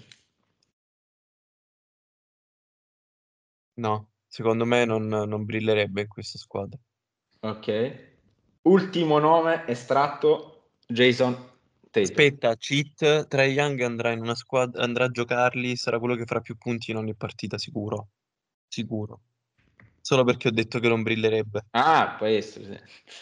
No, secondo me non, non brillerebbe in questa squadra. Ok. Ultimo nome estratto, Jason Tatum. Aspetta, cheat, Trae Young andrà in una squadra, andrà a giocarli, sarà quello che farà più punti in ogni partita, sicuro. Sicuro. Solo perché ho detto che non brillerebbe. Ah, questo sì.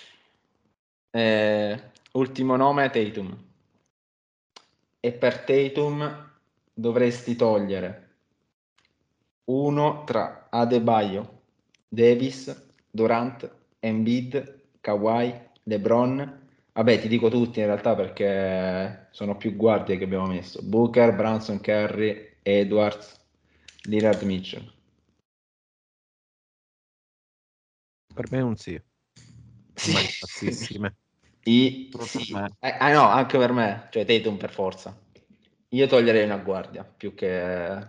Eh, ultimo nome, Tatum. E per Tatum dovresti togliere uno tra Adebayo, Davis, Durant, Embiid, Kawhi, LeBron. Vabbè, ti dico tutti in realtà perché sono più guardie che abbiamo messo. Booker, Branson, Curry, Edwards, Lillard, Mitchell. per me è un sì. Sì. Mani bassissime. I, Solo per sì. me. Eh, ah no, anche per me, cioè Tatum per forza. Io toglierei una guardia più che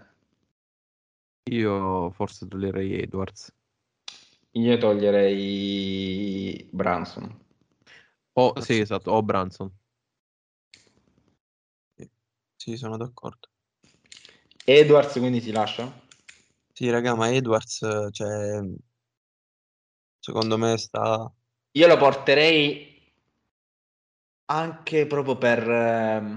Io forse toglierei Edwards. io toglierei Branson. Oh, sì, esatto. O Branson. Sì, sì, sono d'accordo. Edwards quindi ti lascia? Sì, raga, ma Edwards, cioè, secondo me sta... Io lo porterei anche proprio per, ehm,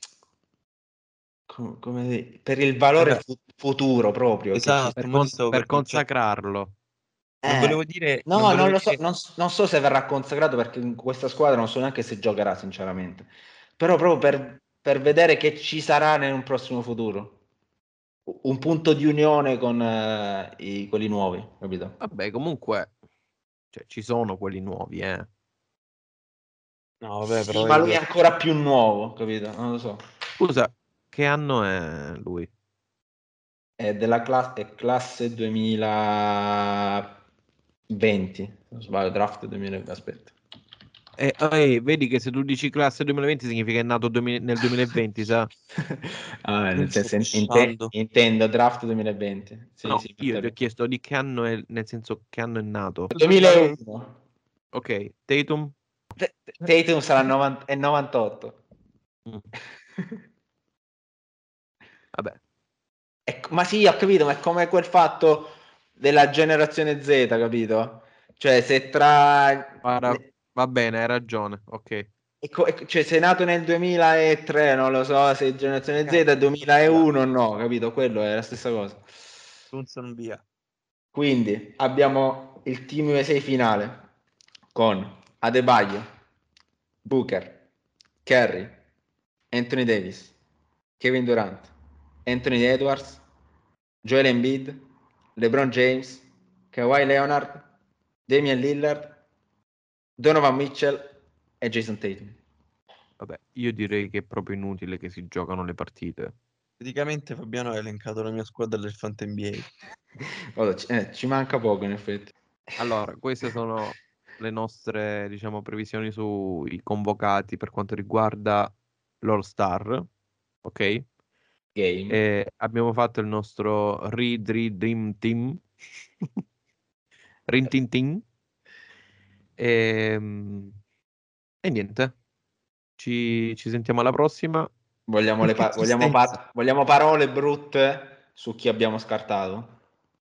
com- come dire, per il valore Raga, fu- futuro proprio che ci esatto, Per, ma ti con- stavo per per dire, cioè, consacrarlo. non Eh, volevo dire, non no, non volevo lo so, dire, non, non so se verrà consacrato perché in questa squadra non so neanche se giocherà, sinceramente. Però proprio per, per vedere che ci sarà in un prossimo futuro. Un punto di unione con eh, i- quelli nuovi, capito? Vabbè, comunque, cioè, ci sono quelli nuovi, eh. no, vabbè, Sì, però ma lui è Edwards, ancora più nuovo, capito? Non lo so. Scusa, che anno è lui? È della cla- è classe duemilaventi. Se non sbaglio, draft duemilaventi. Aspetta. Eh, eh, vedi che se tu dici classe duemilaventi significa che è nato duemila nel duemilaventi, sa? Ah, non nel sto senso, in- inte- pisciando. intendo draft duemilaventi. Sì, No, sì, io ti ho Matteo. chiesto di che anno è, nel senso che anno è nato. duemilauno. Ok, Tatum? T- T- Tatum sarà novanta è novantotto. Mm, vabbè, È co- ma sì, ho capito, ma è come quel fatto della generazione Z, capito? Cioè, se tra... guarda, le- va bene, hai ragione, ok. è co- è- cioè, sei nato nel duemilatré, non lo so, sei generazione Raga, Z, via, duemilauno no, capito? Quello è la stessa cosa. Brunson via. Quindi abbiamo il team U S A finale con Adebayo, Booker, Curry, Anthony Davis, Kevin Durant, Anthony Edwards, Joel Embiid, LeBron James, Kawhi Leonard, Damian Lillard, Donovan Mitchell e Jason Tatum. Vabbè, io direi che è proprio inutile che si giocano le partite. Praticamente Fabiano ha elencato la mia squadra del Fant N B A. Guarda, ci, eh, ci manca poco in effetti. Allora, queste sono le nostre, diciamo, previsioni sui convocati per quanto riguarda l'All Star. ok? Game. E abbiamo fatto il nostro Read Read Dream Team. Rin Tin Tin. E, e niente, ci, ci sentiamo alla prossima. Vogliamo, le pa- vogliamo, pa- vogliamo parole brutte su chi abbiamo scartato?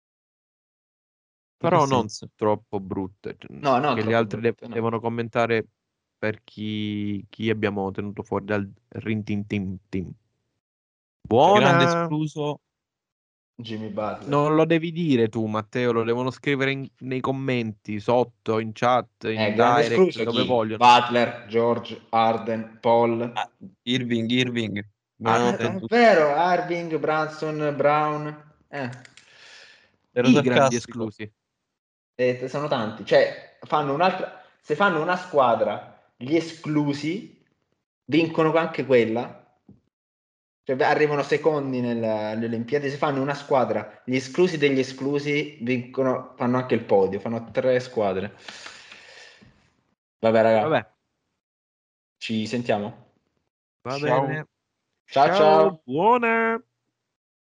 Però non troppo brutte, cioè, No, non che gli troppo altri de- brutte, no. devono commentare per chi, chi abbiamo tenuto fuori dal Rin Tin Tin Team. Grande Buona! escluso. Jimmy Butler. Non lo devi dire tu, Matteo, lo devono scrivere in- nei commenti, sotto, in chat, in Eh, grande direct, escluso dove chi? vogliono. Butler, George, Harden, Paul. Ah, Irving, Irving. Ah, Abbiamo è, è detto- vero, Irving, Branson, Brown. Eh. Ero I grandi sarcastico. esclusi. Eh, sono tanti. Cioè, fanno un'altra... Se fanno una squadra, gli esclusi vincono anche quella. Cioè, arrivano secondi nel- alle Olimpiadi. Se fanno una squadra, gli esclusi degli esclusi vincono, fanno anche il podio. Fanno tre squadre. Vabbè, raga, Vabbè, ci sentiamo. va Ciao. bene. Ciao, ciao. Buona!